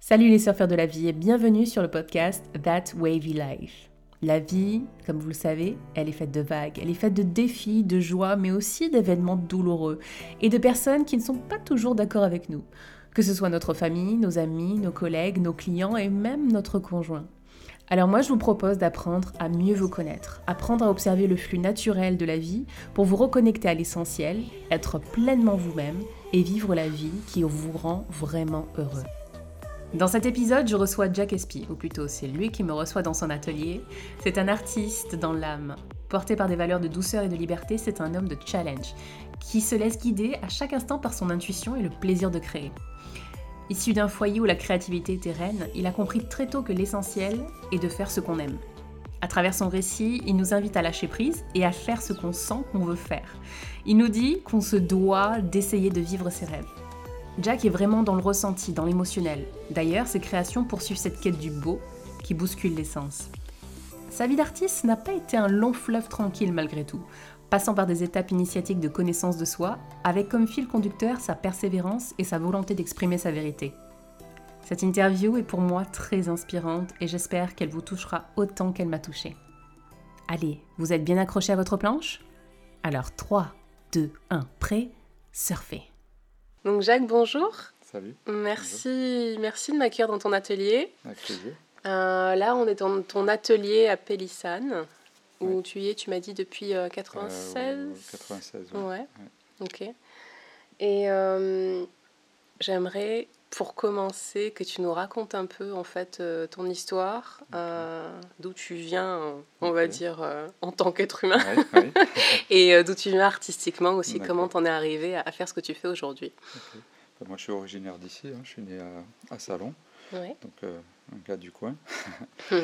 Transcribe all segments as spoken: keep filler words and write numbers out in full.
Salut les surfeurs de la vie et bienvenue sur le podcast That Wavy Life. La vie, comme vous le savez, elle est faite de vagues, elle est faite de défis, de joies, mais aussi d'événements douloureux et de personnes qui ne sont pas toujours d'accord avec nous. Que ce soit notre famille, nos amis, nos collègues, nos clients et même notre conjoint. Alors moi je vous propose d'apprendre à mieux vous connaître, apprendre à observer le flux naturel de la vie pour vous reconnecter à l'essentiel, être pleinement vous-même et vivre la vie qui vous rend vraiment heureux. Dans cet épisode, je reçois Jack Espy, ou plutôt c'est lui qui me reçoit dans son atelier. C'est un artiste dans l'âme. Porté par des valeurs de douceur et de liberté, c'est un homme de challenge, qui se laisse guider à chaque instant par son intuition et le plaisir de créer. Issu d'un foyer où la créativité était reine, il a compris très tôt que l'essentiel est de faire ce qu'on aime. À travers son récit, il nous invite à lâcher prise et à faire ce qu'on sent qu'on veut faire. Il nous dit qu'on se doit d'essayer de vivre ses rêves. Jack est vraiment dans le ressenti, dans l'émotionnel. D'ailleurs, ses créations poursuivent cette quête du beau qui bouscule l'essence. Sa vie d'artiste n'a pas été un long fleuve tranquille malgré tout, passant par des étapes initiatiques de connaissance de soi, avec comme fil conducteur sa persévérance et sa volonté d'exprimer sa vérité. Cette interview est pour moi très inspirante et j'espère qu'elle vous touchera autant qu'elle m'a touchée. Allez, vous êtes bien accrochés à votre planche ? Alors trois, deux, un, prêt, surfez. Donc Jacques, bonjour. Salut. Merci, bonjour. Merci de m'accueillir dans ton atelier. Avec plaisir. Euh, là, on est dans ton atelier à Pélissane, où oui. tu y es, tu m'as dit, depuis euh, quatre-vingt-seize. Euh, quatre-vingt-seize, ouais. Ouais, ouais. Ok. Et euh, j'aimerais, pour commencer, que tu nous racontes un peu, en fait, euh, ton histoire, okay. euh, d'où tu viens, on okay. va dire, euh, en tant qu'être humain, ouais, ouais. et euh, d'où tu viens artistiquement aussi, D'accord. Comment t'en es arrivé à, à faire ce que tu fais aujourd'hui. Okay. Ben, moi, je suis originaire d'ici, hein. Je suis né à, à Salon, ouais. donc euh, un gars du coin. Et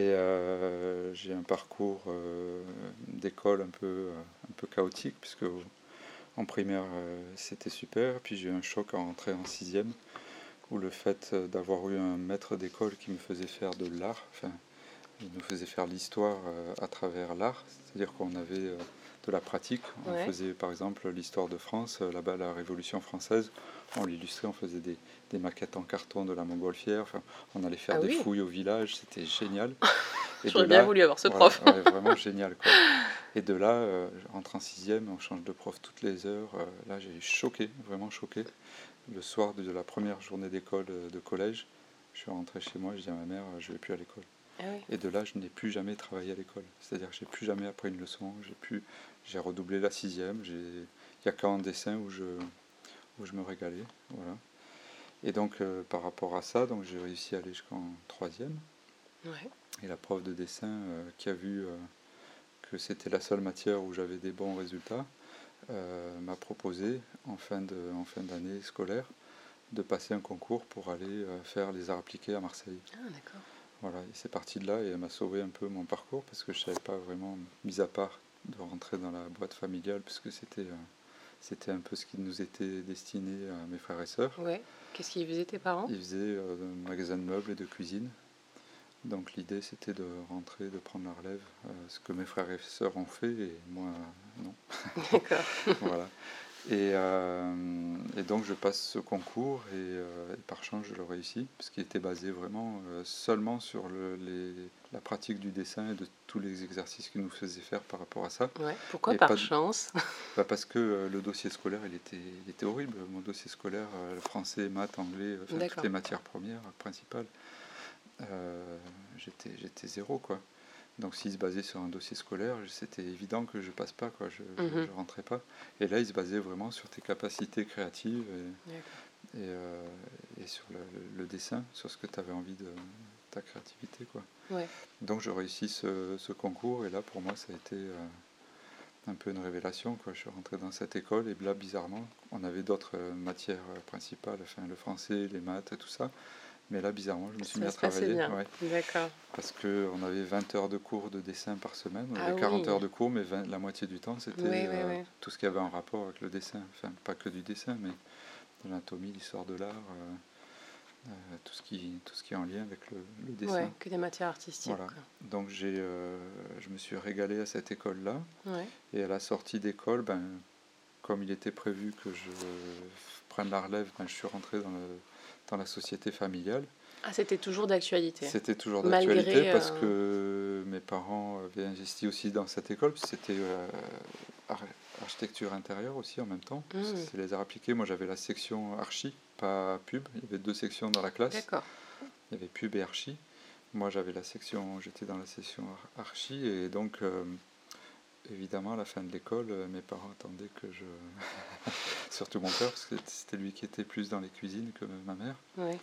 euh, j'ai un parcours euh, d'école un peu, euh, un peu chaotique, puisque en primaire, euh, c'était super, puis j'ai eu un choc à rentrer en sixième, où le fait d'avoir eu un maître d'école qui me faisait faire de l'art, enfin, il nous faisait faire l'histoire euh, à travers l'art, c'est-à-dire qu'on avait euh, de la pratique, on ouais. faisait par exemple l'histoire de France, euh, là-bas la Révolution française, on l'illustrait, on faisait des, des maquettes en carton de la montgolfière, enfin, on allait faire ah des oui. fouilles au village, c'était génial. Et J'aurais bien là, voulu avoir ce voilà, prof. Ouais, vraiment génial, quoi. Et de là, euh, je rentre en sixième, on change de prof toutes les heures, euh, là j'ai choqué, vraiment choqué. Le soir de la première journée d'école de collège, je suis rentré chez moi, je dis à ma mère, je ne vais plus à l'école. Ah oui. Et de là, je n'ai plus jamais travaillé à l'école. C'est-à-dire que je n'ai plus jamais appris une leçon. J'ai, pu, j'ai redoublé la sixième. Il n'y a qu'en dessin où je, où je me régalais. Voilà. Et donc, euh, par rapport à ça, donc, j'ai réussi à aller jusqu'en troisième. Ouais. Et la prof de dessin euh, qui a vu euh, que c'était la seule matière où j'avais des bons résultats, Euh, m'a proposé en fin, de, en fin d'année scolaire de passer un concours pour aller euh, faire les arts appliqués à Marseille. Ah, d'accord. Voilà, et c'est parti de là et elle m'a sauvé un peu mon parcours parce que je ne savais pas vraiment, mis à part de rentrer dans la boîte familiale, puisque c'était, euh, c'était un peu ce qui nous était destiné à mes frères et sœurs. Ouais. Qu'est-ce qu'ils faisaient tes parents ? Ils faisaient euh, un magasin de meubles et de cuisine. Donc l'idée c'était de rentrer, de prendre la relève, euh, ce que mes frères et sœurs ont fait et moi non. D'accord. Voilà. Et, euh, et donc je passe ce concours et, euh, et par chance je le réussis, parce qu'il était basé vraiment euh, seulement sur le, les, la pratique du dessin et de tous les exercices qu'il nous faisait faire par rapport à ça. Ouais. Pourquoi et par de, chance bah Parce que euh, le dossier scolaire il était, il était horrible. Mon dossier scolaire, euh, le français, maths, anglais, enfin, toutes les matières premières, principales. Euh, j'étais, j'étais zéro, quoi. Donc s'il se basait sur un dossier scolaire, c'était évident que je passe pas, quoi. Je, mm-hmm. je, je rentrais pas. Et là, il se basait vraiment sur tes capacités créatives et, et, euh, et sur le, le, le dessin, sur ce que tu avais envie de ta créativité, quoi. Ouais. Donc je réussis ce, ce concours et là, pour moi, ça a été euh, un peu une révélation, quoi. Je suis rentré dans cette école et là, bizarrement, on avait d'autres euh, matières principales, enfin le français, les maths et tout ça. Mais là, bizarrement, je me suis ça mis à travailler. Bien. Ouais. D'accord. Parce qu'on avait vingt heures de cours de dessin par semaine. On ah avait quarante oui. heures de cours, mais vingt, la moitié du temps, c'était oui, euh, oui, oui. tout ce qui avait un rapport avec le dessin. Enfin, pas que du dessin, mais de l'anatomie, l'histoire de l'art, euh, euh, tout, ce qui, tout ce qui est en lien avec le, le dessin. Ouais, que des matières artistiques. Voilà. Quoi. Donc, j'ai, euh, je me suis régalé à cette école-là. Ouais. Et à la sortie d'école, ben, comme il était prévu que je prenne la relève, ben, je suis rentré dans le... dans la société familiale Ah, c'était toujours d'actualité. C'était toujours Malgré, d'actualité parce euh, que mes parents avaient investi aussi dans cette école. C'était euh, ar- architecture intérieure aussi en même temps. Mm. C'est les arts appliqués. Moi, j'avais la section archi, pas pub. Il y avait deux sections dans la classe. D'accord. Il y avait pub et archi. Moi, j'avais la section, j'étais dans la section ar- archi et donc, euh, évidemment, à la fin de l'école, euh, mes parents attendaient que je, surtout mon père, parce que c'était lui qui était plus dans les cuisines que ma mère, Ouais.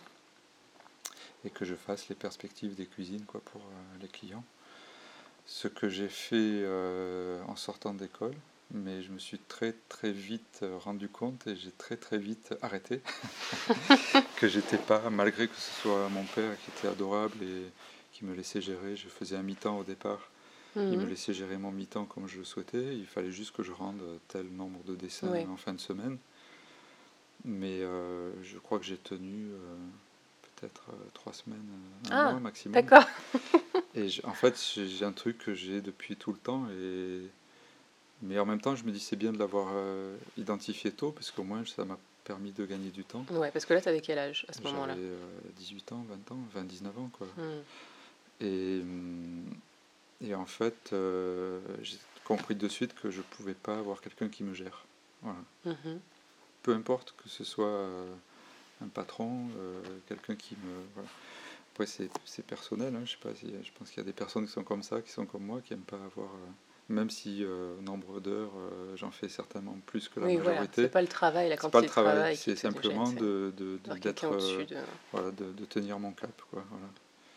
et que je fasse les perspectives des cuisines quoi pour euh, les clients. Ce que j'ai fait euh, en sortant d'école, mais je me suis très très vite euh, rendu compte et j'ai très très vite arrêté que j'étais pas, malgré que ce soit mon père qui était adorable et qui me laissait gérer. Je faisais un mi-temps au départ. Mhm. Il me laissait gérer mon mi-temps comme je le souhaitais. Il fallait juste que je rende tel nombre de dessins Ouais. en fin de semaine. Mais euh, je crois que j'ai tenu euh, peut-être euh, trois semaines, un Ah, mois maximum. d'accord. Et j'- en fait, j'ai j'ai un truc que j'ai depuis tout le temps. Et... Mais en même temps, je me dis c'est bien de l'avoir euh, identifié tôt, parce qu'au moins ça m'a permis de gagner du temps. Ouais, parce que là, t'avais quel âge à ce J'avais moment-là? euh, dix-huit ans, vingt ans, vingt, dix-neuf ans. Quoi. Mm. Et, hum, et en fait, euh, j'ai compris de suite que je ne pouvais pas avoir quelqu'un qui me gère. Voilà. Mhm. Peu importe que ce soit euh, un patron, euh, quelqu'un qui me... Voilà. Après, c'est, c'est personnel, hein, je sais pas si, je pense qu'il y a des personnes qui sont comme ça, qui sont comme moi, qui n'aiment pas avoir... euh, même si euh, nombre d'heures, euh, j'en fais certainement plus que la Oui, voilà. C'est majorité. pas le travail, la C'est pas quantité le de travail, travail qui c'est te, te gêne, simplement c'est de, de- de- d'avoir d'être... quelqu'un euh, au-dessus de... voilà, de, de tenir mon cap. Quoi, voilà.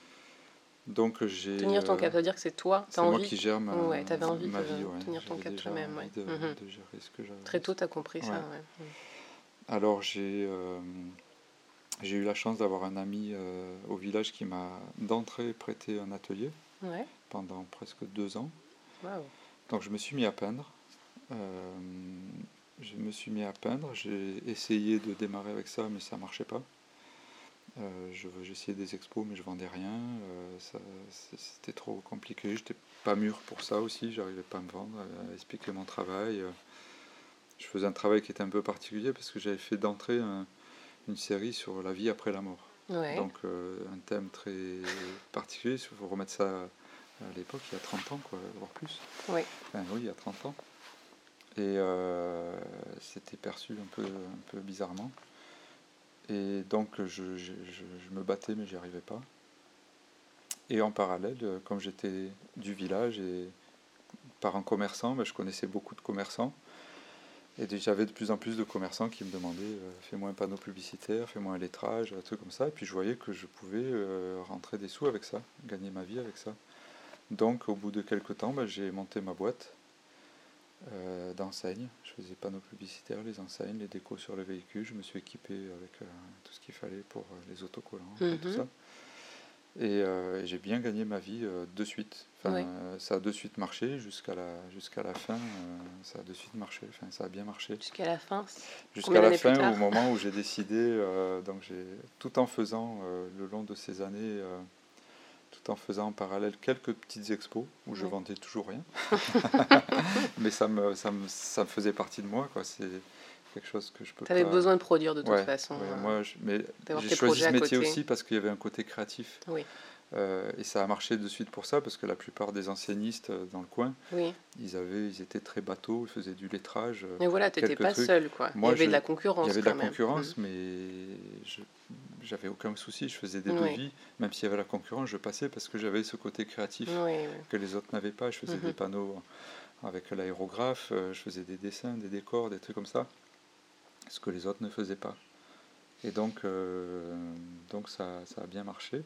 Donc j'ai... Tenir ton euh, cap, ça veut dire que c'est toi, t'as c'est moi envie... qui gère ma, Ouais, t'avais envie ma de vie. Ouais. tenir ton J'avais cap déjà toi-même, envie ouais. de, Mhm. de gérer ce que j'avais. Très tôt, t'as compris ça, Ouais. ouais. Mhm. Alors j'ai euh, j'ai eu la chance d'avoir un ami euh, au village qui m'a d'entrée prêté un atelier Ouais, pendant presque deux ans. waouh. Donc je me suis mis à peindre. Euh, je me suis mis à peindre. J'ai essayé de démarrer avec ça, mais ça marchait pas. Euh, je, j'essayais des expos, mais je vendais rien. Euh, ça, c'était trop compliqué. J'étais pas mûr pour ça aussi. J'arrivais pas à me vendre, à expliquer mon travail. Je faisais un travail qui était un peu particulier parce que j'avais fait d'entrée un, une série sur la vie après la mort. Ouais, Donc euh, un thème très particulier. Il faut remettre ça à l'époque, il y a trente ans, quoi, voire plus. ouais. Enfin, oui, il y a trente ans. Et euh, c'était perçu un peu, un peu bizarrement. Et donc je, je, je, je me battais, mais j'y arrivais pas. Et en parallèle, comme j'étais du village et parent commerçant, ben, je connaissais beaucoup de commerçants. Et j'avais de plus en plus de commerçants qui me demandaient euh, fais-moi un panneau publicitaire, fais-moi un lettrage, un truc comme ça. Et puis je voyais que je pouvais euh, rentrer des sous avec ça, gagner ma vie avec ça. Donc au bout de quelques temps, ben, j'ai monté ma boîte euh, d'enseignes. Je faisais panneaux publicitaires, les enseignes, les décos sur le véhicule. Je me suis équipé avec euh, tout ce qu'il fallait pour euh, les autocollants, enfin, Mhm. tout ça. Et, euh, et j'ai bien gagné ma vie euh, de suite. Enfin, Ouais. euh, ça a de suite marché jusqu'à la, jusqu'à la fin. euh, ça a de suite marché. Enfin, ça a bien marché. Jusqu'à la fin. Jusqu'à Combien la d'années plus fin, tard? au moment où j'ai décidé, euh, donc j'ai tout en faisant euh, le long de ces années, euh, tout en faisant en parallèle quelques petites expos où je Ouais. vendais toujours rien, mais ça me, ça me, ça me faisait partie de moi, quoi. C'est quelque chose que je peux T'avais pas. besoin de produire de toute Ouais, façon, ouais, euh, moi, je- mais d'avoir j'ai tes choisi projets ce à métier côté. aussi parce qu'il y avait un côté créatif. Oui, Euh, et ça a marché de suite pour ça, parce que la plupart des anciennistes euh, dans le coin, oui. ils, avaient, ils étaient très bateaux, ils faisaient du lettrage, euh, Mais voilà, t'étais quelques pas trucs. seul, quoi. Il y Moi, avait je, de la il y concurrence avait de quand la même. concurrence, mais je j'avais aucun souci, je faisais des Oui. devis, même s'il y avait la concurrence, je passais parce que j'avais ce côté créatif Oui, oui. que les autres n'avaient pas. Je faisais Mhm. des panneaux avec l'aérographe, euh, je faisais des dessins, des décors, des trucs comme ça, ce que les autres ne faisaient pas. Et donc, euh, donc ça, ça a bien marché.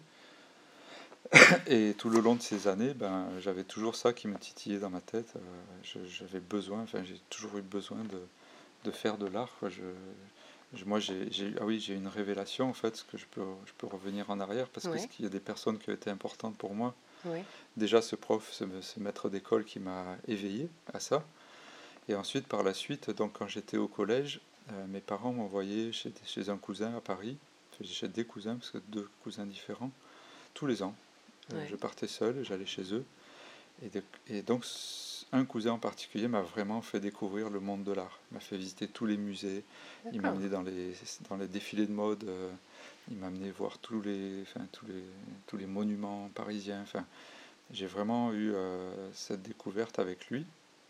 Et tout le long de ces années, ben, j'avais toujours ça qui me titillait dans ma tête. Euh, je- j'avais besoin, enfin j'ai toujours eu besoin de, de faire de l'art. Quoi. Je, je- moi, j'ai, j'ai- ah oui, j'ai une révélation en fait, que je peux, je peux revenir en arrière parce Ouais. qu'il y a des personnes qui ont été importantes pour moi. Oui. Déjà, ce prof, ce, ce maître d'école qui m'a éveillé à ça. Et ensuite, par la suite, donc quand j'étais au collège, euh, mes parents m'envoyaient chez, chez un cousin à Paris, enfin, chez des cousins, parce que deux cousins différents, tous les ans. Euh, Ouais. Je partais seul, j'allais chez eux. Et, de- et donc, c- un cousin en particulier m'a vraiment fait découvrir le monde de l'art. Il m'a fait visiter tous les musées. Il m'a D'accord. amené dans les, dans les défilés de mode, euh, il m'a amené voir tous les, enfin, tous les, tous les monuments parisiens. Enfin, j'ai vraiment eu euh, cette découverte avec lui.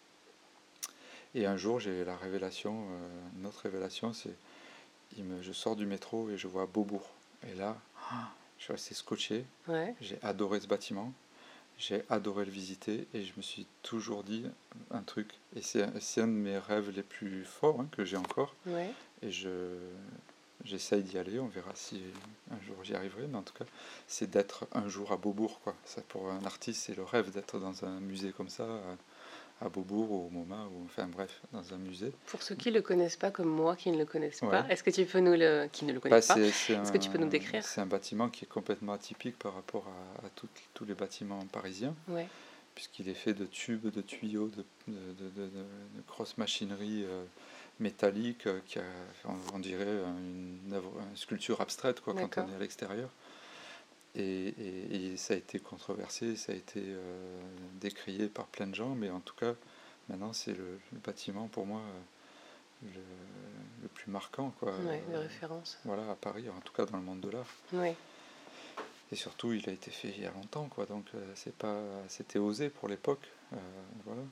Et un jour, j'ai la révélation, euh, une autre révélation, c'est il me, je sors du métro et je vois Beaubourg. Et là, je suis resté scotché. Ouais. J'ai adoré ce bâtiment. J'ai adoré le visiter et je me suis toujours dit un truc. Et c'est, c'est un de mes rêves les plus forts hein, que j'ai encore. Ouais. Et je, j'essaye d'y aller. On verra si un jour j'y arriverai. Mais en tout cas, c'est d'être un jour à Beaubourg, quoi. Ça, pour un artiste, c'est le rêve d'être dans un musée comme ça, à Beaubourg ou au MoMA, ou enfin bref, dans un musée. Pour ceux qui ne le connaissent pas, comme moi qui ne le connaissent Ouais. pas, est-ce que tu peux nous le... qui ne le Bah, connaissent pas, c'est, c'est est-ce un, que tu peux nous décrire? c'est un bâtiment qui est complètement atypique par rapport à, à tout- tous les bâtiments parisiens, Ouais. puisqu'il est fait de tubes, de tuyaux, de, de, de, de, de- de grosses machineries euh, métalliques, euh, qui a, on, on dirait une, œuvre- une sculpture abstraite quoi, quand D'accord. on est à l'extérieur. Et, et- et ça a été controversé, ça a été euh, décrié par plein de gens, mais en tout cas, maintenant c'est le, le bâtiment pour moi euh, le, le plus marquant, quoi. Ouais, de Euh, référence. voilà, à Paris, en tout cas dans le monde de l'art. Ouais. Et surtout, il a été fait il y a longtemps, quoi. Donc, euh, c'est pas, c'était osé pour l'époque, euh, voilà.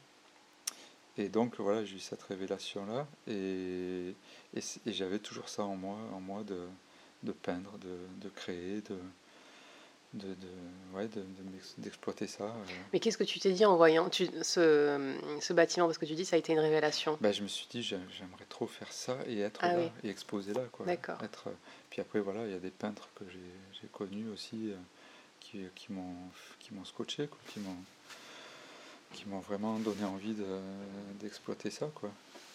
Et donc, voilà, j'ai eu cette révélation-là, et, et, c- et j'avais toujours ça en moi, en moi de, de peindre, de, de créer, de, de, de- ouais, de, de m'ex- d'exploiter ça. euh. Mais qu'est-ce que tu t'es dit en voyant tu, ce, ce bâtiment? Parce que tu dis ça a été une révélation. Ben, je me suis dit, j'ai- j'aimerais trop faire ça et être Ah là, oui, et exposer là, quoi. d'accord. Être, euh, puis après, voilà, il y a des peintres que j'ai, j'ai connus aussi, euh, qui, qui m'ont, qui m'ont scotché, quoi, qui m'ont qui m'ont vraiment donné envie de, d'exploiter ça, quoi.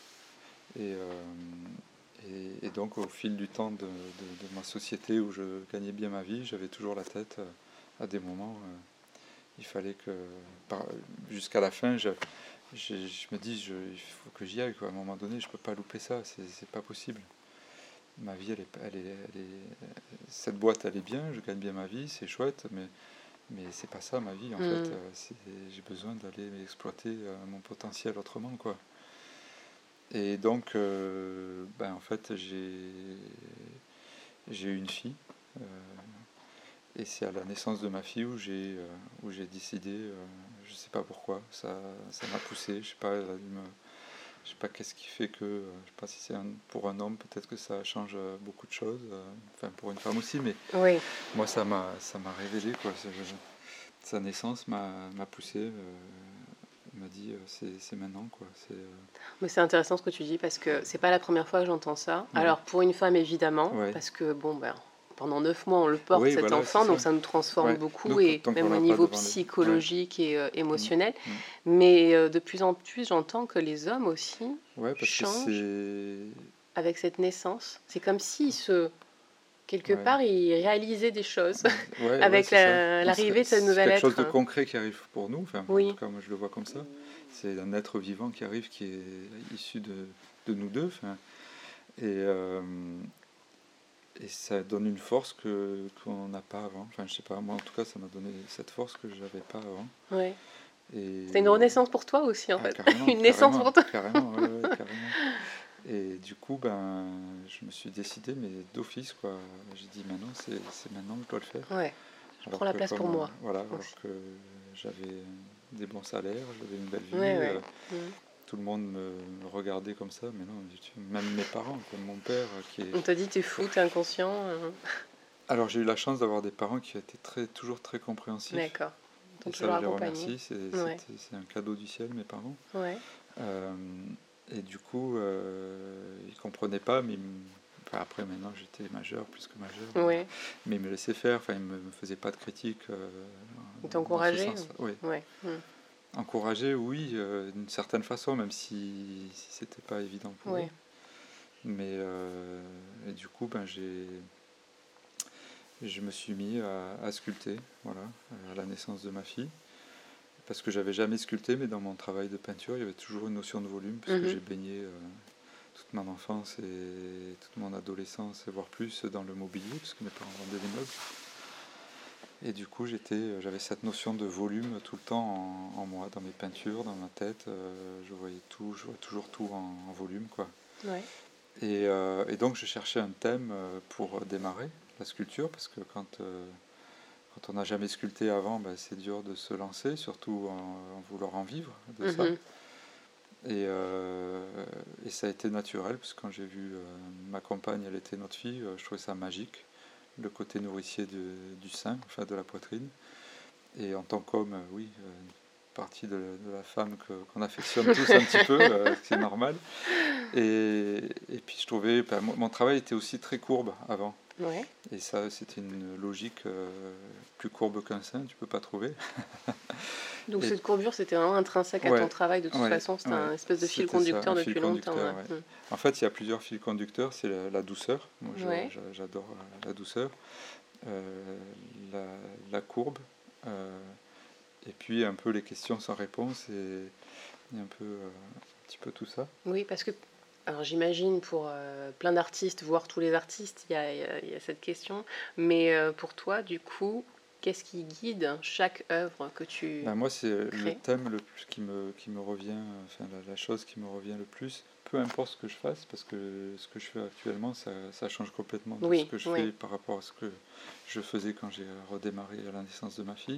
Et, euh, et, et donc au fil du temps de, de, de ma société où je gagnais bien ma vie, j'avais toujours la tête euh, à des moments, euh, il fallait que par- jusqu'à la fin, je, je, je me dis je, il faut que j'y aille, quoi. À un moment donné, je peux pas louper ça, c'est, c'est pas possible. Ma vie, elle est, elle est, elle est, cette boîte, elle est bien, je gagne bien ma vie, c'est chouette, mais mais c'est pas ça ma vie en fait. Hmm. Euh, c'est- j'ai besoin d'aller exploiter euh, mon potentiel autrement, quoi. Et donc, euh, ben, en fait, j'ai j'ai eu une fille. euh, et c'est à la naissance de ma fille où j'ai euh, où j'ai décidé, euh, je sais pas pourquoi, ça ça m'a poussé. Je sais pas, elle a dû me- je sais pas qu'est-ce qui fait que, euh, je sais pas si c'est un- pour un homme, peut-être que ça change euh, beaucoup de choses. euh, Enfin, pour une femme aussi, mais Oui. moi, ça m'a ça m'a révélé, quoi. C'est- je- sa naissance m'a m'a poussé, euh, m'a dit euh, c'est c'est maintenant, quoi. C'est euh, Mais c'est intéressant ce que tu dis parce que c'est pas la première fois que j'entends ça. ouais, Alors pour une femme évidemment, ouais. parce que bon ben pendant neuf mois on le porte Oui, cet voilà, c'est enfant, donc ça. ça nous transforme Ouais. beaucoup Nous, et tant qu'on même au l'a pas niveau devant les. Ouais. psychologique et euh, Mm, émotionnel. mm. Mais euh, de plus en plus j'entends que les hommes aussi Ouais, parce que changent c'est. avec cette naissance. C'est comme s'ils se quelque Ouais. part ils réalisaient des choses Ouais, ouais, avec c'est ça. la- Non, l'arrivée de c'est cette c'est nouvelle quelque chose être. de concret qui arrive pour nous. Enfin, en Oui. tout cas, moi, je le vois comme ça. C'est un être vivant qui arrive, qui est issu de, de nous deux. Enfin, et, euh, et ça donne une force que qu'on n'a pas avant. Enfin, je sais pas. Moi, en tout cas, ça m'a donné cette force que je n'avais pas avant. Ouais. Et C'est une renaissance pour toi aussi en ah, fait. carrément, Une naissance carrément, pour toi. carrément, ouais, ouais, carrément. Et du coup, ben, je me suis décidé, mais d'office, quoi. J'ai dit maintenant, c'est c'est maintenant que je dois le faire. Ouais. Je Alors prends la que place comme, pour euh, moi. voilà, alors aussi. que j'avais des bons salaires, j'avais une belle vie, Ouais, ouais. euh, Mm. tout le monde me, me regardait comme ça, mais non, tu- même mes parents, comme mon père, euh, qui est... On t'a dit t'es fou, t'es inconscient. euh. Alors j'ai eu la chance d'avoir des parents qui étaient très, toujours très compréhensifs, D'accord. T'ont et toujours ça je les accompagné. remercie, c'est Ouais. c'était- c'est un cadeau du ciel, mes parents. Ouais. Euh, et du coup, euh, ils comprenaient pas, mais ils me- enfin, après maintenant j'étais majeur, plus que majeur, Ouais. mais ils me laissaient faire, enfin ils me, me faisaient pas de critiques euh, Ils dans ce t'encourageaient. sens. Oui. Ouais. Mm. Encourager, oui, euh, d'une certaine façon, même si, si c'était pas évident pour Ouais. eux. Mais euh, et du coup, ben j'ai, je me suis mis à, à sculpter, voilà, à la naissance de ma fille, parce que j'avais jamais sculpté, mais dans mon travail de peinture, il y avait toujours une notion de volume, parce que Mhm. j'ai baigné euh, toute mon enfance et toute mon adolescence, voire plus, dans le mobilier, parce que mes parents vendaient des meubles. Et du coup, j'étais, j'avais cette notion de volume tout le temps en, en moi, dans mes peintures, dans ma tête. euh, je voyais tout, je voyais toujours tout en, en volume, quoi. Ouais. Et, euh, et donc, je cherchais un thème euh, pour démarrer. la sculpture, parce que quand, euh, quand on n'a jamais sculpté avant, ben, c'est dur de se lancer, surtout en, en vouloir en vivre de ça. Mhm. Et, euh, et ça a été naturel, parce que quand j'ai vu euh, ma compagne, elle était notre fille, euh, je trouvais ça magique, le côté nourricier du, du sein, enfin de la poitrine. Et en tant qu'homme, euh, oui, euh, une partie de, de la femme que, qu'on affectionne tous un petit peu, euh, c'est normal. Et, et puis je trouvais, ben, mon, mon travail était aussi très courbe avant. Ouais. Et ça, c'était une logique euh, plus courbe qu'un sein, tu peux pas trouver. Donc Et cette courbure, c'était vraiment intrinsèque à ton ouais, travail de toute ouais, façon, c'était ouais, un espèce de fil c'était ça, conducteur un fil depuis longtemps. conducteur. Ouais. Ouais. En fait, il y a plusieurs fils conducteurs. C'est la, la douceur. Moi, je, Ouais. je- j'adore la, la douceur, euh, la, la courbe, euh, et puis un peu les questions sans réponse et, et un peu, euh, un petit peu tout ça. Oui, parce que, alors j'imagine pour euh, plein d'artistes, voire tous les artistes, il y a, il y a- il y a cette question. Mais euh, pour toi, du coup, qu'est-ce qui guide chaque œuvre que tu Ben, moi, c'est le crées? thème le plus qui me, qui me revient, enfin la, la chose qui me revient le plus, peu importe ce que je fasse, parce que ce que je fais actuellement, ça, ça change complètement de ce Oui, que je oui. fais par rapport à ce que je faisais quand j'ai redémarré à la naissance de ma fille.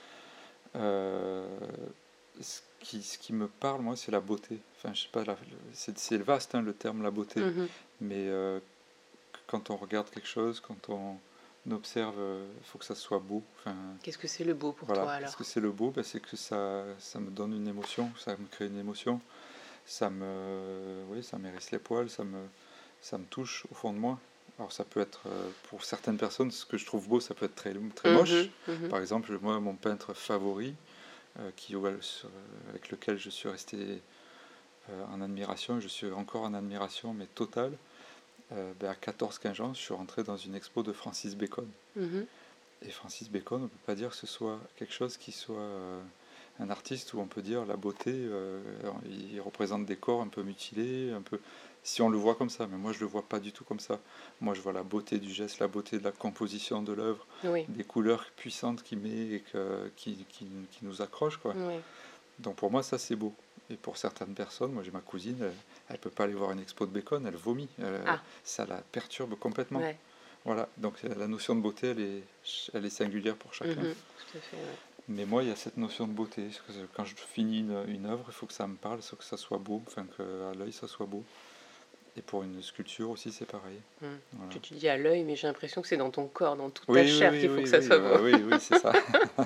Euh, ce qui, ce qui me parle, moi, c'est la beauté. Enfin, je sais pas, la- le- c'est c'est vaste, hein, le terme la beauté, Mhm. mais euh, quand on regarde quelque chose, quand on observe, il faut que ça soit beau. Enfin, Qu'est-ce que c'est le beau pour voilà. toi Qu'est-ce que alors? c'est le beau? Ben, c'est que ça, ça me donne une émotion, ça me crée une émotion, ça me, oui, ça m'érisse les poils, ça me, ça me touche au fond de moi. Alors ça peut être, euh, pour certaines personnes, ce que je trouve beau, ça peut être très, très Mhm, moche. mhm. Par exemple, moi, mon peintre favori, euh, qui, ouais, sur- avec lequel je suis resté euh, en admiration, je suis encore en admiration, mais totale, euh, ben, à quatorze quinze ans, je suis rentré dans une expo de Francis Bacon. Mhm. Et Francis Bacon, on ne peut pas dire que ce soit quelque chose qui soit euh, un artiste où on peut dire la beauté, euh, il représente des corps un peu mutilés, un peu, si on le voit comme ça, mais moi je le vois pas du tout comme ça. Moi je vois la beauté du geste, la beauté de la composition de l'œuvre, Oui, des couleurs puissantes qu'il met et que, qui, qui, qui nous accrochent, quoi. oui. Donc pour moi ça c'est beau. Et pour certaines personnes, moi j'ai ma cousine, elle ne peut pas aller voir une expo de Bacon, elle vomit, elle- Ah, ça la perturbe complètement. ouais. Voilà, donc la notion de beauté, elle est, elle est singulière pour chacun. Mhm. Tout à fait, ouais. Mais moi, il y a cette notion de beauté. Quand je finis une, une œuvre, il faut que ça me parle, il faut que ça soit beau, enfin qu'à l'œil ça soit beau. Et pour une sculpture aussi, c'est pareil. Mhm. Voilà. Tu, tu dis à l'œil, mais j'ai l'impression que c'est dans ton corps, dans toute ta Oui, oui, chair oui, qu'il faut que oui, ça oui, soit beau. euh, oui, oui, c'est ça.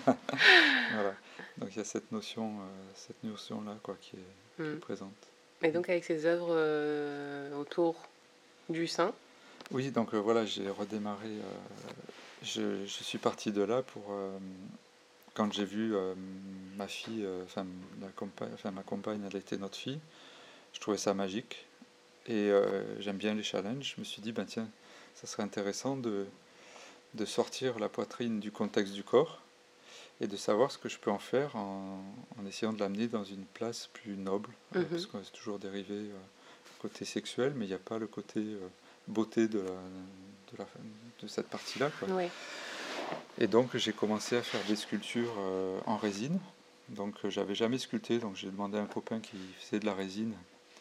Voilà. Donc il y a cette notion, euh, cette notion-là, quoi, qui est, qui est Mhm. présente. Et donc avec ces œuvres euh, autour du sein. Oui, donc euh, voilà, j'ai redémarré. euh, je, je suis parti de là pour euh, quand j'ai vu euh, ma fille, euh, enfin, la compa- enfin, ma compagne, elle était notre fille. Je trouvais ça magique. Et euh, j'aime bien les challenges. Je me suis dit, ben tiens, ça serait intéressant de, de sortir la poitrine du contexte du corps et de savoir ce que je peux en faire en, en essayant de l'amener dans une place plus noble, euh, parce Mhm. qu'on est toujours dérivé euh, côté sexuel, mais il n'y a pas le côté euh, beauté de, la, de, la, de cette partie-là, quoi. Ouais. Et donc j'ai commencé à faire des sculptures euh, en résine. Donc euh, j'avais jamais sculpté, donc j'ai demandé à un copain qui faisait de la résine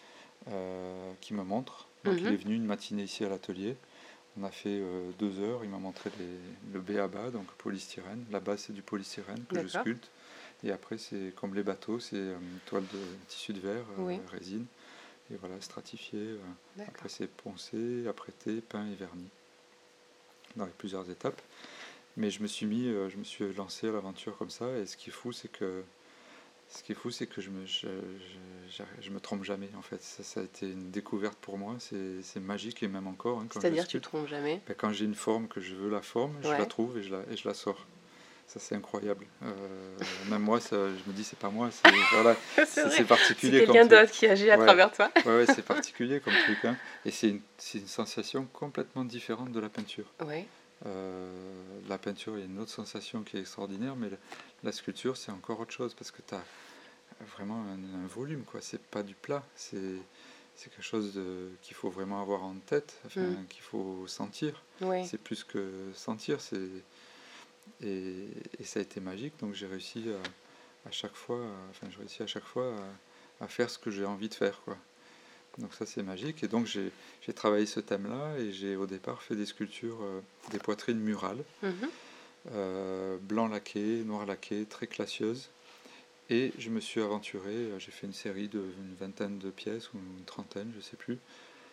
euh, qui me montre. Donc il Mhm. est venu une matinée ici à l'atelier. On a fait euh, deux heures. Il m'a montré les- le B à bas, donc polystyrène. La base c'est du polystyrène que je D'accord. sculpte. Et après c'est comme les bateaux, c'est euh, toile de tissu de verre, euh, Oui. résine. Et voilà, stratifié. euh. D'accord. Après c'est poncé, apprêté, peint et verni. Dans les plusieurs étapes. Mais je me suis mis, euh, je me suis lancé à l'aventure comme ça. Et ce qui est fou, c'est que Ce qui est fou, c'est que je me, je, je, je me trompe jamais, en fait. Ça, ça a été une découverte pour moi. C'est c'est magique, et même encore, hein, quand je C'est-à-dire tu te sculpte. trompes jamais. Ben, quand j'ai une forme, que je veux la forme, je la Ouais. trouve et je la, et je la sors. Ça, c'est incroyable. Euh, même moi, ça, je me dis, c'est pas moi. C'est voilà, C'est c'est vrai. c'est C'est particulier comme quelqu'un truc. d'autre qui agit à Ouais, travers toi. ouais, ouais, c'est particulier comme truc, hein. Et c'est une, c'est une sensation complètement différente de la peinture. Ouais. Euh, la peinture, il y a une autre sensation qui est extraordinaire, mais la, la sculpture, c'est encore autre chose, parce que tu as vraiment un, un volume, quoi. C'est pas du plat, c'est c'est quelque chose de, qu'il faut vraiment avoir en tête, enfin, Mm. qu'il faut sentir. Ouais. C'est plus que sentir, c'est et, et ça a été magique. Donc j'ai réussi à, à chaque fois, à, enfin, j'ai réussi à chaque fois à, à faire ce que j'ai envie de faire, quoi. Donc ça c'est magique. Et donc j'ai, j'ai travaillé ce thème-là et j'ai au départ fait des sculptures, euh, des poitrines murales, Mhm. euh, blanc laqué, noir laqué, très classieuses. Et je me suis aventuré, euh, j'ai fait une série de une vingtaine de pièces ou une trentaine, je sais plus.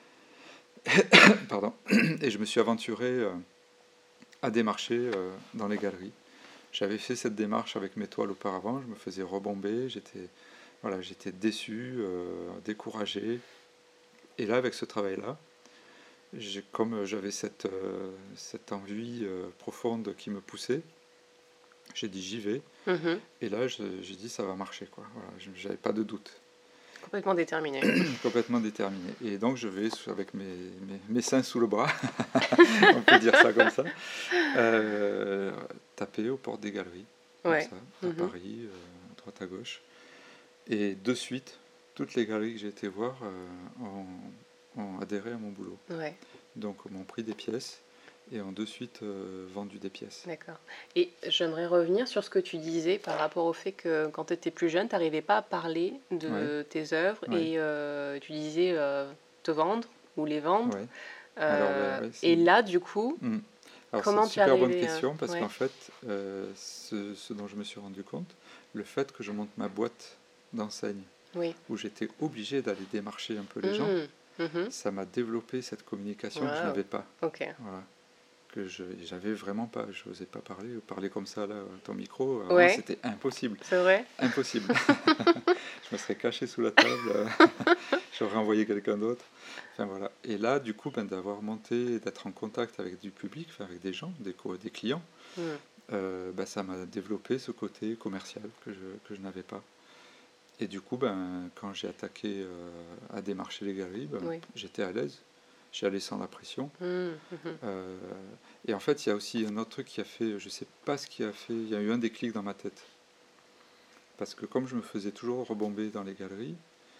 Pardon. Et je me suis aventuré euh, à démarcher euh, dans les galeries. J'avais fait cette démarche avec mes toiles auparavant, je me faisais rebomber, j'étais voilà, j'étais déçu, euh, découragé. Et là, avec ce travail-là, j'ai, comme j'avais cette, euh, cette envie euh, profonde qui me poussait, j'ai dit j'y vais. Mhm. Et là, je- j'ai dit ça va marcher, quoi. Voilà, je- j'avais pas de doute. Complètement déterminé. Complètement déterminé. Et donc, je vais avec mes, mes, mes seins sous le bras, on peut dire ça comme ça, euh, taper aux portes des galeries, comme Ouais. ça, à Mhm. Paris, euh, à droite à gauche. Et de suite, toutes les galeries que j'ai été voir euh, ont, ont adhéré à mon boulot. Ouais, Donc, m'ont pris des pièces et ont de suite euh, vendu des pièces. d'accord. Et j'aimerais revenir sur ce que tu disais par rapport au fait que quand tu étais plus jeune, tu n'arrivais pas à parler de Ouais, tes œuvres ouais, et euh, tu disais euh, te vendre ou les vendre. ouais. Alors, ben, Euh, ouais, c'est et une... là, du coup, Hmm. Alors, c'est une comment tu es super bonne arrivé à... question parce Ouais, qu'en fait, euh, ce, ce dont je me suis rendu compte, le fait que je monte ma boîte d'enseigne oui. où j'étais obligé d'aller démarcher un peu les gens, Mhm. Mhm. ça m'a développé cette communication que je Wow. n'avais pas. Ok. Voilà. Que je j'avais vraiment pas. Je n'osais pas parler. Parler comme ça, là, à ton micro, avant, Ouais, c'était impossible. c'est vrai. Impossible. Je me serais caché sous la table, j'aurais envoyé quelqu'un d'autre. Enfin voilà. Et là, du coup, ben, d'avoir monté, d'être en contact avec du public, enfin, avec des gens, des, co- des clients, Mhm. euh, ben, ça m'a développé ce côté commercial que je, que je n'avais pas. Et du coup, ben, quand j'ai attaqué euh, à démarcher les galeries, ben, Oui. j'étais à l'aise. J'y allais sans la pression. Mhm. Mhm. Euh, et en fait, il y a aussi un autre truc qui a fait, je sais pas ce qui a fait, il y a eu un déclic dans ma tête. Parce que comme je me faisais toujours rebomber dans les galeries,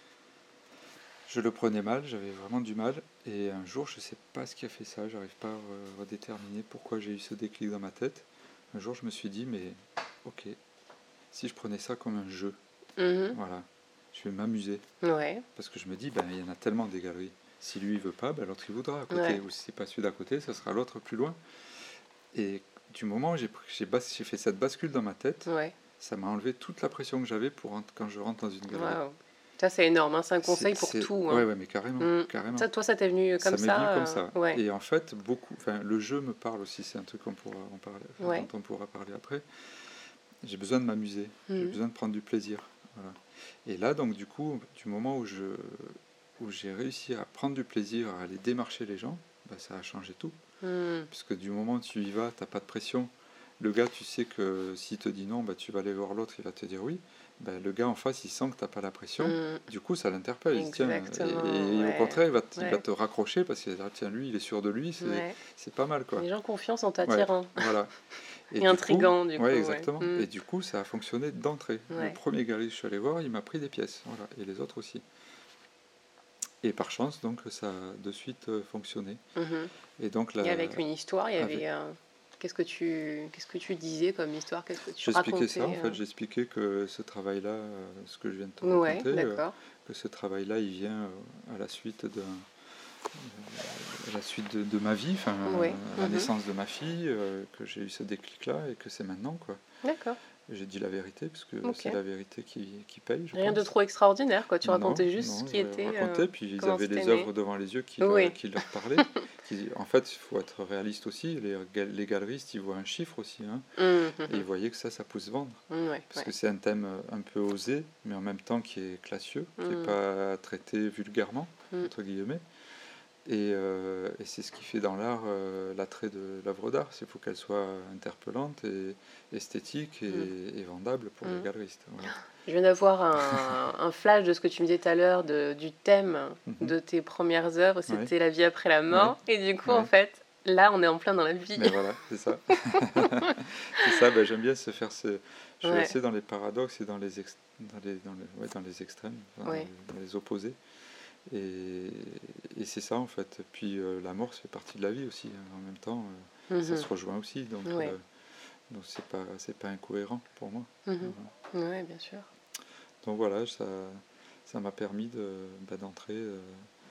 je le prenais mal, j'avais vraiment du mal. Et un jour, je sais pas ce qui a fait ça, j'arrive pas à redéterminer pourquoi j'ai eu ce déclic dans ma tête. Un jour, je me suis dit, mais ok, si je prenais ça comme un jeu, Mhm. voilà, je vais m'amuser. Ouais. Parce que je me dis, ben, il y en a tellement des galeries. Si lui, il veut pas, ben, l'autre, il voudra à côté. Ouais. Ou si c'est pas celui d'à côté, ça sera l'autre plus loin. Et du moment où j'ai, j'ai, bas- j'ai fait cette bascule dans ma tête, Ouais. ça m'a enlevé toute la pression que j'avais pour rent- quand je rentre dans une galerie. Wow. Ça, c'est énorme, hein. C'est un C'est, conseil pour c'est... tout, Ouais, hein. ouais, mais carrément, Mm. carrément. Ça, toi, ça t'est venu Ça comme m'est venu ça comme euh, ça. Ouais. Et en fait, beaucoup, enfin, le jeu me parle aussi. C'est un truc qu'on pourra en parler, enfin, Ouais. dont on pourra parler après. J'ai besoin de m'amuser. J'ai Mhm. besoin de prendre du plaisir. Voilà. Et là, donc, du coup, du moment où je, où j'ai réussi à prendre du plaisir, à aller démarcher les gens, bah, ça a changé tout. Mhm. Puisque du moment où tu y vas, t'as pas de pression. Le gars, tu sais que s'il te dit non, bah, tu vas aller voir l'autre, il va te dire oui. Bah, le gars en face, il sent que t'as pas la pression. Mhm. Du coup, ça l'interpelle. Il se dit, tiens, Exactement. et, et au Ouais. contraire, il va, te, il va Ouais. te raccrocher parce qu'il va dire, tiens, lui, il est sûr de lui, c'est, Ouais. c'est pas mal, quoi. Les gens confiance en Ouais, t'attirant. voilà. Et Et du coup, intrigant, du coup, ouais, ouais. exactement. Mm. Et du coup, ça a fonctionné d'entrée. Le Ouais. premier galerie que je suis allé voir, il m'a pris des pièces, voilà, et les autres aussi. Et par chance, donc, ça a de suite euh, fonctionné. Mhm. Et donc, Et la, avec une histoire, il y avec, avait... euh, Qu'est-ce que tu, qu'est-ce que tu disais comme histoire? Qu'est-ce que tu j'expliquais ça, en racontais fait, euh j'expliquais que ce travail-là, euh, ce que je viens de te Ouais, raconter, euh, d'accord. que ce travail-là, il vient euh, à la suite d'un, euh, à la suite de, de ma vie, enfin, Ouais. à la Mhm. naissance de ma fille, euh, que j'ai eu ce déclic-là et que c'est maintenant, quoi. D'accord. J'ai dit la vérité, parce que Ok. c'est la vérité qui, qui paye, je Rien de pense. trop extraordinaire, quoi. Tu Non, racontais juste ce non, qui je était... euh, racontais, puis ils Comment avaient c'était les né. œuvres devant les yeux qui, leur, Oui. qui leur parlaient. Qui, en fait, il faut être réaliste aussi, les, gal- les galeristes, ils voient un chiffre aussi, hein, Mhm. et ils voyaient que ça, ça peut se vendre. Mhm. Ouais, Parce ouais. que c'est un thème un peu osé, mais en même temps qui est classieux, qui n'est Mhm. pas traité vulgairement, Mhm. entre guillemets. Et, euh, et c'est ce qui fait dans l'art euh, l'attrait de l'œuvre d'art. Il faut qu'elle soit interpellante et esthétique et, Mhm. et vendable pour les Mhm. galeristes. Voilà. Je viens d'avoir un, un flash de ce que tu me disais tout à l'heure, de, du thème Mhm. de tes premières œuvres, Ouais, c'était la vie après la mort. Et du coup, en ouais. fait, là, on est en plein dans la vie. Mais voilà, c'est ça. C'est ça, ben, j'aime bien se faire ce... Je suis Ouais. assez dans les paradoxes et dans les, ex... dans les, dans les, ouais, dans les extrêmes, enfin, Ouais. dans, les, dans les opposés. Et, et c'est ça en fait. Puis euh, la mort, ça fait partie de la vie aussi. Hein. En même temps, euh, ça Mhm. se rejoint aussi. Donc, Ouais. euh, donc c'est pas, c'est pas incohérent pour moi. Mhm. Voilà. Ouais, bien sûr. Donc voilà, ça, ça m'a permis de, bah, d'entrer euh,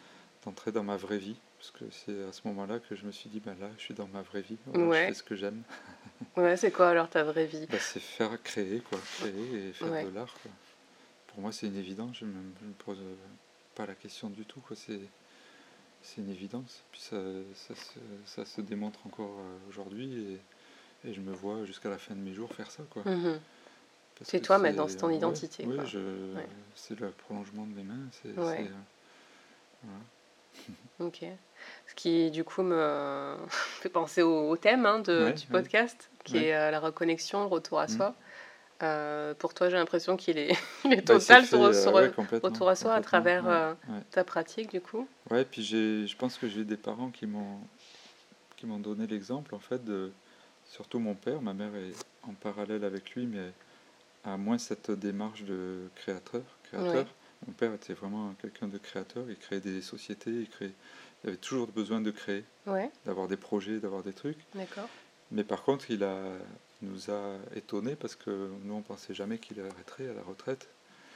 d'entrer dans ma vraie vie. Parce que c'est à ce moment-là que je me suis dit, ben là, je suis dans ma vraie vie, voilà, Ouais. je fais ce que j'aime. Ouais, c'est quoi alors ta vraie vie? Ben, c'est faire créer, quoi, créer et faire Ouais. de l'art, quoi. Pour moi, c'est une évidence, je ne me, je me pose euh, pas la question du tout, quoi. C'est, c'est une évidence. Puis ça, ça, se, ça se démontre encore euh, aujourd'hui et, et je me vois jusqu'à la fin de mes jours faire ça, quoi. Mhm. Parce C'est que toi maintenant, c'est ton ouais, identité, oui, quoi. je, Ouais. c'est le prolongement de mes mains. C'est, Ouais. c'est, euh, voilà. Ok. Ce qui, du coup, me fait penser au, au thème hein, de, Ouais, du ouais, podcast, qui ouais. est euh, la reconnexion, le retour à Mm. soi. Euh, pour toi, j'ai l'impression qu'il est, il est Bah, il s'est total, fait, ce re- ce euh, re- ouais, complètement, retour à soi, à complètement, travers ouais, euh, ouais. ta pratique, du coup. Ouais, puis j'ai, je pense que j'ai des parents qui m'ont, qui m'ont donné l'exemple, en fait, de, surtout mon père. Ma mère est en parallèle avec lui, mais a moins cette démarche de créateur. créateur. Ouais. Mon père était vraiment quelqu'un de créateur. Il créait des sociétés, il créait, il avait toujours besoin de créer, Ouais, d'avoir des projets, d'avoir des trucs. d'accord. Mais par contre, il a, il nous a étonnés parce que nous, on pensait jamais qu'il arrêterait à la retraite.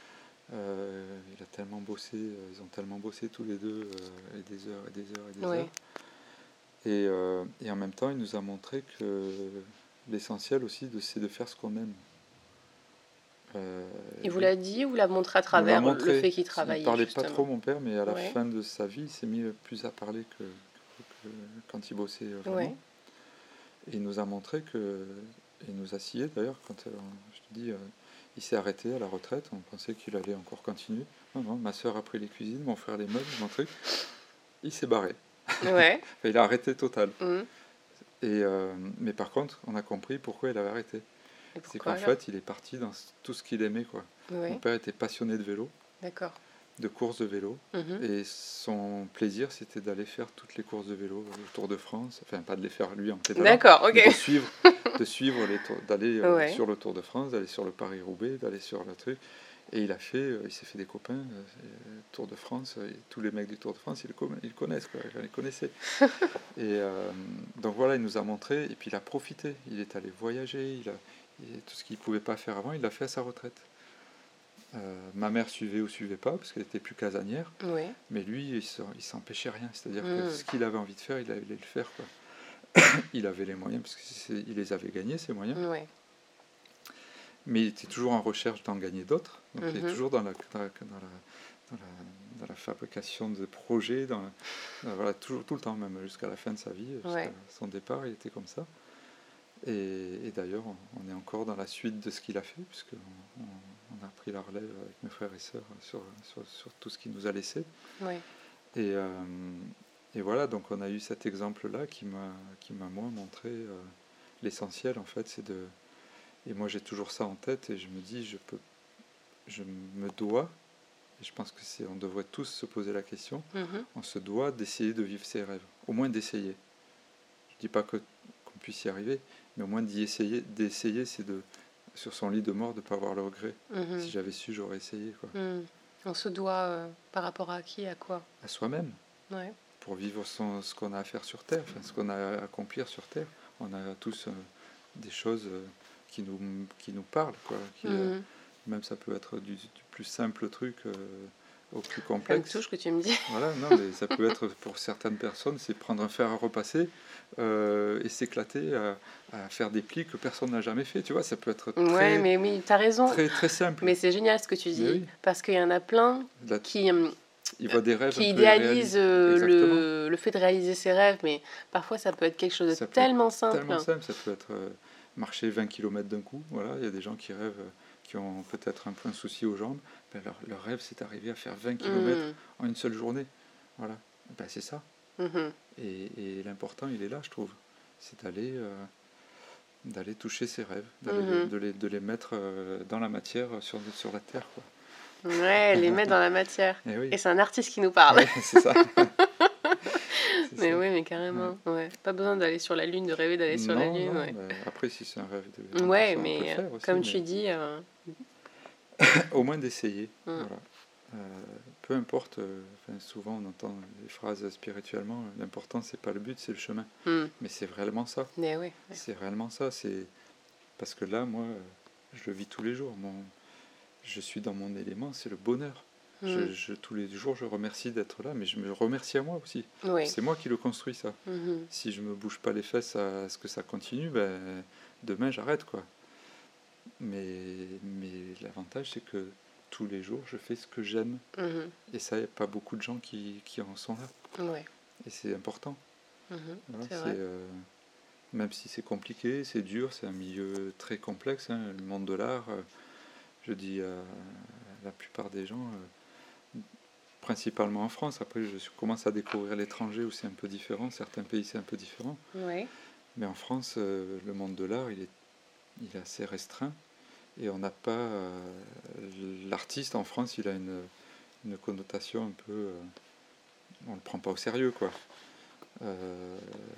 Euh, il a tellement bossé, euh, ils ont tellement bossé tous les deux, euh, et des heures et des heures et des Ouais. heures. Et, euh, et en même temps, il nous a montré que l'essentiel aussi, de, c'est de faire ce qu'on aime. Euh, Il vous lui, l'a dit ou l'a montré à il nous l'a travers le montré. fait qu'il Il travaillait, parlait pas justement? trop, mon père, mais à la Ouais. fin de sa vie, il s'est mis plus à parler que, que quand il bossait euh, vraiment. Ouais. Et il nous a montré que, il nous a scié d'ailleurs, quand euh, je te dis, euh, il s'est arrêté à la retraite, on pensait qu'il allait encore continuer. Non, non, ma soeur a pris les cuisines, mon frère les meubles, mon truc. Il s'est barré. Ouais. Enfin, il a arrêté total. Mhm. Et, euh, mais par contre, on a compris pourquoi il avait arrêté. Et C'est pourquoi qu'en alors? fait, il est parti dans tout ce qu'il aimait, quoi. Mon Ouais, père était passionné de vélo, d'accord. de courses de vélo, Mhm. et son plaisir, c'était d'aller faire toutes les courses de vélo, le Tour de France, enfin pas de les faire lui en pédalant, D'accord, mais de ok. suivre, de suivre les tours, d'aller euh, Ouais. sur le Tour de France, d'aller sur le Paris-Roubaix, d'aller sur le truc. Et il a fait, euh, il s'est fait des copains, euh, Tour de France, euh, et tous les mecs du Tour de France, ils le, conna- ils le connaissent, quoi, ils les connaissaient. Et euh, donc voilà, il nous a montré, et puis il a profité, il est allé voyager, il a, il- tout ce qu'il ne pouvait pas faire avant, il l'a fait à sa retraite. Euh, ma mère suivait ou suivait pas, parce qu'elle était plus casanière, Ouais. mais lui, il s'en- il s'empêchait rien, c'est-à-dire que Mhm. ce qu'il avait envie de faire, il allait le faire, quoi. Il avait les moyens, parce qu'il les avait gagnés, ces moyens, Ouais. mais il était toujours en recherche d'en gagner d'autres, donc il est Mhm. toujours dans la, dans la, dans la, dans la, dans la fabrication de projets, dans, dans- voilà, toujours, tout le temps, même jusqu'à la fin de sa vie, jusqu'à Ouais. son départ, il était comme ça. Et, et d'ailleurs, on est encore dans la suite de ce qu'il a fait, puisqu'on on, on a pris la relève avec mes frères et sœurs sur, sur, sur tout ce qu'il nous a laissé. Ouais. Et, euh, et voilà, donc on a eu cet exemple-là qui m'a, qui m'a moi montré euh, l'essentiel, en fait, c'est de... Et moi j'ai toujours ça en tête, et je me dis, je peux, je me dois, et je pense que c'est, on devrait tous se poser la question, Mhm. on se doit d'essayer de vivre ses rêves, au moins d'essayer. Je dis pas que qu'on puisse y arriver, mais au moins d'y essayer, d'essayer, c'est de, sur son lit de mort, de ne pas avoir le regret. Mhm. Si j'avais su, j'aurais essayé, quoi. Mhm. On se doit euh, par rapport à qui, à quoi? À soi-même, Ouais. pour vivre son, ce qu'on a à faire sur Terre, enfin, ce qu'on a à accomplir sur Terre. On a tous euh, des choses euh, qui, nous, qui nous parlent, quoi. Qui, euh, Mhm. même ça peut être du, du plus simple truc euh, au plus Ça me complexe. touche que tu me dis. Voilà, non, mais ça peut être pour certaines personnes, c'est prendre un fer à repasser euh, et s'éclater à, à faire des plis que personne n'a jamais fait. Tu vois, ça peut être Ouais, très, mais oui, t'as raison. très, très simple. Mais c'est génial ce que tu dis. Mais oui. Parce qu'il y en a plein Là, qui, hum, il voit des rêves qui un peu idéalisent irréalistes. euh, Exactement. le, le fait de réaliser ses rêves, mais parfois ça peut être quelque chose de Ça peut tellement être simple. tellement simple, ça peut être euh, marcher vingt kilomètres d'un coup. Voilà, il y a des gens qui rêvent, euh, qui ont peut-être un peu un souci aux jambes. Ben, leur, leur rêve, c'est d'arriver à faire vingt kilomètres Mhm. en une seule journée. Voilà, ben, c'est ça. Mhm. Et, et l'important, il est là, je trouve. C'est d'aller, euh, d'aller toucher ses rêves, d'aller Mhm. les- de, les, de les mettre euh, dans la matière, sur, sur la terre, quoi. Ouais, les mettre dans la matière. Et oui, Et c'est un artiste qui nous parle. ouais, c'est ça. C'est Mais ça. oui, mais carrément. Ouais. Pas besoin d'aller sur la Lune, de rêver d'aller sur la Non, Lune. non, Ouais, ben, après, si c'est un rêve de, de ouais personne, on peut le mais faire aussi. comme mais tu dis, euh, au moins d'essayer. Mm. Voilà. Euh, peu importe, euh, enfin, souvent on entend des phrases spirituellement, l'important c'est pas le but, c'est le chemin. hmm. Mais c'est réellement ça. Mais ouais, ouais. C'est réellement ça. C'est parce que là, moi, euh, je le vis tous les jours. Mon... Je suis dans mon élément, c'est le bonheur. Mmh. Je, je, tous les jours, je remercie d'être là, mais je me remercie à moi aussi. Oui. C'est moi qui le construis, ça. Mmh. Si je me bouge pas les fesses à ce que ça continue, ben, demain, j'arrête, quoi. Mais, mais l'avantage, c'est que tous les jours, je fais ce que j'aime. Mmh. Et ça, il n'y a pas beaucoup de gens qui, qui en sont là. Oui. Et c'est important. Mmh. Voilà, c'est vrai. Euh, même si c'est compliqué, c'est dur, c'est un milieu très complexe, hein, le monde de l'art. Euh, je dis à la plupart des gens, euh, principalement en France, après je commence à découvrir l'étranger où c'est un peu différent, certains pays c'est un peu différent. Oui. Mais en France, euh, le monde de l'art, il est, il est assez restreint. Et on n'a pas... Euh, l'artiste en France, il a une, une connotation un peu... Euh, on ne le prend pas au sérieux, quoi. Euh,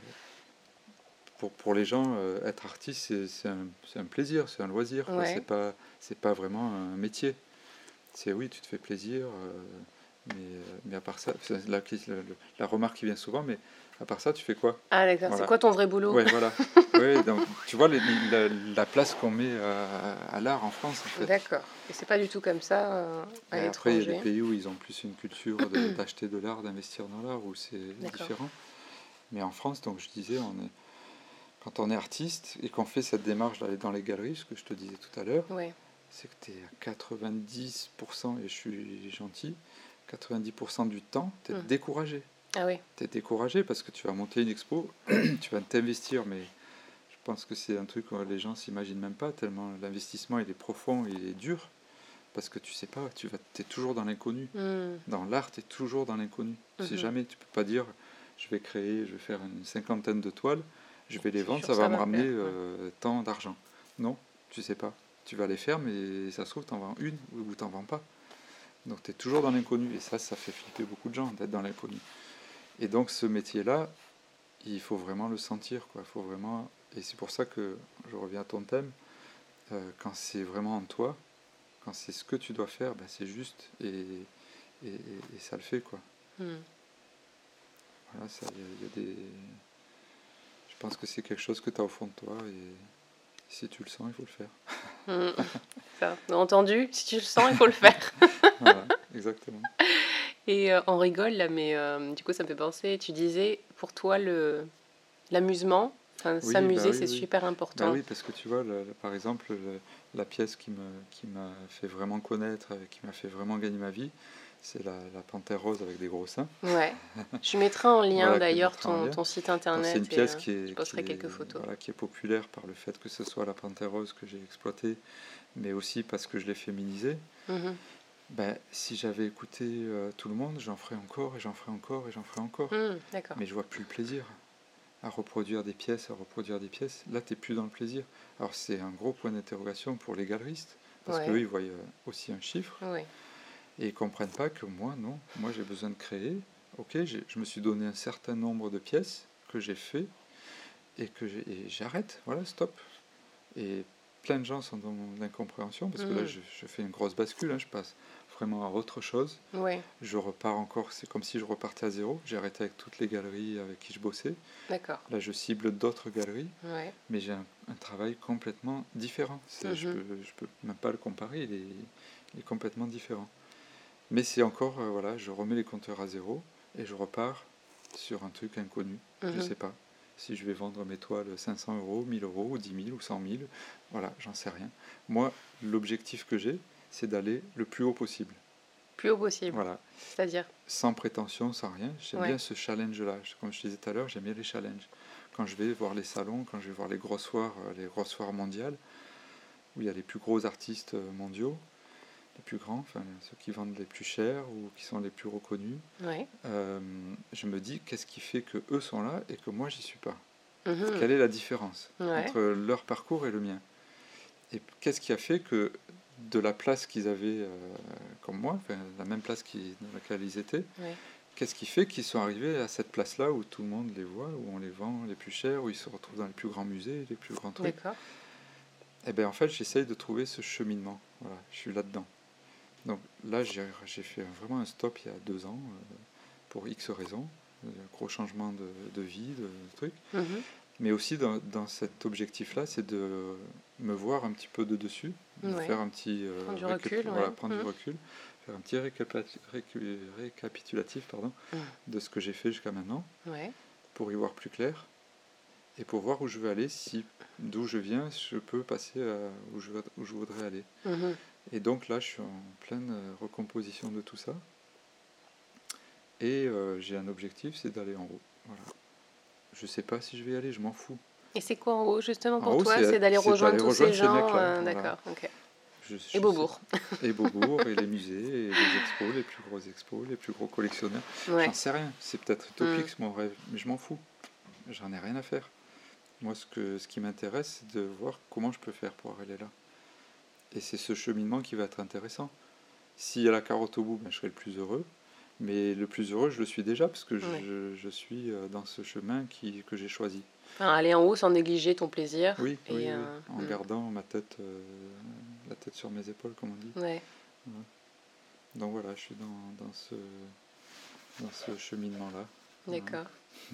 pour, pour les gens, euh, être artiste, c'est, c'est, un, c'est un plaisir, c'est un loisir. Ouais. C'est pas, c'est pas vraiment un métier. C'est oui, tu te fais plaisir, euh, mais, mais à part ça, c'est la, la, la remarque qui vient souvent, mais à part ça, tu fais quoi? Ah d'accord, voilà. C'est quoi ton vrai boulot? Ouais, voilà. Ouais, donc, tu vois les, la, la place qu'on met à, à l'art en France, en fait. D'accord. Et c'est pas du tout comme ça euh, à et l'étranger. Après, il y a des pays où ils ont plus une culture de, d'acheter de l'art, d'investir dans l'art, où c'est d'accord. Différent. Mais en France, donc je disais, on est, quand on est artiste et qu'on fait cette démarche d'aller dans les galeries, ce que je te disais tout à l'heure, ouais. c'est que tu es à quatre-vingt-dix pour cent, et je suis gentil, quatre-vingt-dix pour cent du temps, tu es mmh. découragé. Ah oui. Tu es découragé parce que tu vas monter une expo, tu vas t'investir, mais je pense que c'est un truc que les gens ne s'imaginent même pas, tellement l'investissement il est profond, il est dur, parce que tu sais pas, tu vas, es toujours dans l'inconnu. Mmh. Dans l'art, tu es toujours dans l'inconnu. Tu mmh. sais jamais, tu peux pas dire, je vais créer, je vais faire une cinquantaine de toiles, je vais les c'est vendre, ça va ça me ramener euh, tant d'argent. Non, tu sais pas. Tu vas les faire, mais ça se trouve, tu en vends une ou tu n'en vends pas. Donc tu es toujours dans l'inconnu. Et ça, ça fait flipper beaucoup de gens d'être dans l'inconnu. Et donc ce métier-là, il faut vraiment le sentir, quoi. Il faut vraiment... Et c'est pour ça que, je reviens à ton thème, euh, quand c'est vraiment en toi, quand c'est ce que tu dois faire, ben c'est juste et, et, et ça le fait, quoi. Mm. Voilà, ça, il y, y a des... Je pense que c'est quelque chose que tu as au fond de toi et si tu le sens, il faut le faire. Mmh. Ça, entendu, si tu le sens, il faut le faire. Voilà, exactement. Et euh, on rigole là, mais euh, du coup, ça me fait penser. Tu disais, pour toi, le l'amusement, oui, s'amuser, bah oui, c'est oui. super important. Bah oui, parce que tu vois, le, le, par exemple, le, la pièce qui, me, qui m'a fait vraiment connaître, qui m'a fait vraiment gagner ma vie, c'est la, la Panthère rose avec des gros seins. Ouais. Je mettrai en lien voilà, d'ailleurs ton, ton site internet. Alors, c'est une pièce et, qui est, je posterai qui est, quelques photos. Voilà, qui est populaire par le fait que ce soit la Panthère rose que j'ai exploitée, mais aussi parce que je l'ai féminisée. Mm-hmm. Ben, si j'avais écouté euh, tout le monde, j'en ferais encore et j'en ferais encore et j'en ferais encore. Mm, d'accord. Mais je vois plus le plaisir à reproduire des pièces, à reproduire des pièces. Là, tu n'es plus dans le plaisir. Alors, c'est un gros point d'interrogation pour les galeristes, parce ouais. qu'eux, ils voient aussi un chiffre. Ouais. Et ils ne comprennent pas que moi, non. Moi, j'ai besoin de créer. Ok, j'ai, je me suis donné un certain nombre de pièces que j'ai fait et que j'ai, et j'arrête. Voilà, stop. Et plein de gens sont dans l'incompréhension, parce que mmh. là, je, je fais une grosse bascule. Hein, je passe vraiment à autre chose. Ouais. Je repars encore, c'est comme si je repartais à zéro. J'ai arrêté avec toutes les galeries avec qui je bossais. D'accord. Là, je cible d'autres galeries, ouais. mais j'ai un, un travail complètement différent. C'est, mmh. Je ne peux, je peux même pas le comparer, il est, il est complètement différent. Mais c'est encore, euh, voilà, je remets les compteurs à zéro et je repars sur un truc inconnu. Mmh. Je ne sais pas si je vais vendre mes toiles cinq cents euros, mille euros, ou dix mille, ou cent mille. Voilà, j'en sais rien. Moi, l'objectif que j'ai, c'est d'aller le plus haut possible. Plus haut possible. Voilà. C'est-à-dire ? Sans prétention, sans rien. J'aime ouais. bien ce challenge-là. Comme je disais tout à l'heure, j'aime bien les challenges. Quand je vais voir les salons, quand je vais voir les grosses foires, les grosses foires mondiales, où il y a les plus gros artistes mondiaux, les plus grands, enfin ceux qui vendent les plus chers ou qui sont les plus reconnus, ouais. euh, je me dis qu'est-ce qui fait que eux sont là et que moi j'y suis pas. Mmh. Quelle est la différence ouais. entre leur parcours et le mien? Et qu'est-ce qui a fait que de la place qu'ils avaient euh, comme moi, enfin, la même place qui, dans laquelle ils étaient, ouais. qu'est-ce qui fait qu'ils sont arrivés à cette place-là où tout le monde les voit, où on les vend les plus chers, où ils se retrouvent dans les plus grands musées, les plus grands trucs. D'accord. Et bien en fait j'essaye de trouver ce cheminement. Voilà, je suis là-dedans. Donc là, j'ai, j'ai fait vraiment un stop il y a deux ans, euh, pour X raisons, un gros changement de, de vie, de, de trucs. Mm-hmm. Mais aussi dans, dans cet objectif-là, c'est de me voir un petit peu de dessus, de ouais. faire un petit... Euh, prendre du récup- recul. Voilà, ouais. prendre mm-hmm. du recul, faire un petit récapatu- récu- récapitulatif pardon, Mm. de ce que j'ai fait jusqu'à maintenant, Ouais. pour y voir plus clair, et pour voir où je veux aller, si d'où je viens, je peux passer à où je, veux- où je voudrais aller. Mhm. Et donc là, je suis en pleine euh, recomposition de tout ça, et euh, j'ai un objectif, c'est d'aller en haut. Voilà. Je sais pas si je vais y aller, je m'en fous. Et c'est quoi en haut, justement, En pour haut, toi? c'est C'est d'aller c'est rejoindre d'aller tous ces rejoindre ces gens mecs-là. euh, Voilà. D'accord, ok. Je, Et je Beaubourg. sais- Et Beaubourg, et les musées, et les expos, les plus gros expos, les plus gros collectionneurs. Ouais. J'en sais rien. C'est peut-être utopique, ce mon rêve, mais je m'en fous. J'en ai rien à faire. Moi, ce, que, ce qui m'intéresse, c'est de voir comment je peux faire pour aller là. Et c'est ce cheminement qui va être intéressant. S'il y a la carotte au bout, ben, je serai le plus heureux. Mais le plus heureux, je le suis déjà, parce que je, Ouais. je, je suis euh, dans ce chemin qui, que j'ai choisi. Enfin, aller en haut sans négliger ton plaisir. Oui, et, oui, oui. euh, En mm. gardant ma tête, euh, la tête sur mes épaules, comme on dit. Ouais. Voilà. Donc voilà, je suis dans, dans ce, dans ce cheminement-là. Voilà. D'accord.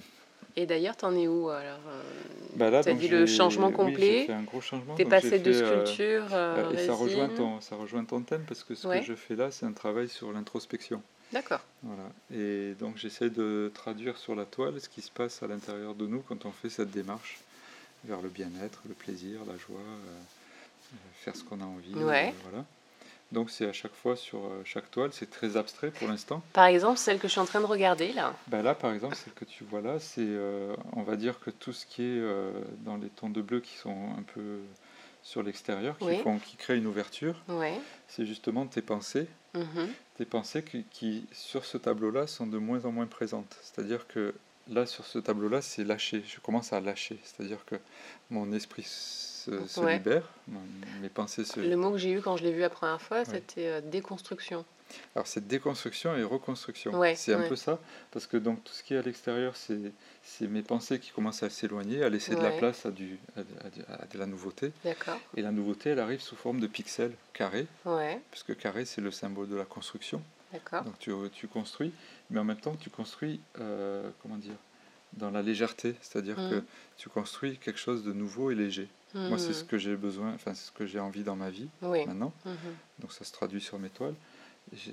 Et d'ailleurs, t'en es où alors euh, Bah là, T'as donc dit le j'ai- changement Oui, j'ai complet. fait un gros changement. T'es Donc passé j'ai de fait, euh, sculpture, euh, euh, et ça rejoint, résine. ton, ça rejoint ton thème, parce que ce Ouais. que je fais là, c'est un travail sur l'introspection. D'accord. Voilà. Et donc j'essaie de traduire sur la toile ce qui se passe à l'intérieur de nous quand on fait cette démarche vers le bien-être, le plaisir, la joie, euh, euh, faire ce qu'on a envie. Ouais. euh, voilà. Donc c'est à chaque fois sur euh, chaque toile, c'est très abstrait pour l'instant. Par exemple, celle que je suis en train de regarder là. Ben là, par exemple, celle que tu vois là, c'est, euh, on va dire que tout ce qui est euh, dans les tons de bleu qui sont un peu sur l'extérieur, qui Oui. font, qui créent une ouverture, Ouais. c'est justement tes pensées, Mhm. tes pensées qui, qui, sur ce tableau-là, sont de moins en moins présentes. C'est-à-dire que là, sur ce tableau-là, c'est lâché. Je commence à lâcher. C'est-à-dire que mon esprit se, se Ouais. libère, mon- mes pensées se... Le mot que j'ai eu quand je l'ai vu la première fois, Ouais. c'était euh, déconstruction. Alors c'est déconstruction et reconstruction. Ouais, c'est un ouais. peu ça, parce que donc tout ce qui est à l'extérieur, c'est, c'est mes pensées qui commencent à s'éloigner, à laisser de la Ouais. place à, du, à, à- à de la nouveauté. D'accord. Et la nouveauté, elle arrive sous forme de pixels carrés, Ouais. puisque carré, c'est le symbole de la construction. D'accord. Donc tu, tu construis, mais en même temps, tu construis, euh, comment dire, dans la légèreté, c'est-à-dire Mhm. que tu construis quelque chose de nouveau et léger. Moi, c'est ce Mhm. que j'ai besoin, enfin, c'est ce que j'ai envie dans ma vie Oui. maintenant. Mhm. Donc ça se traduit sur mes toiles. J'ai,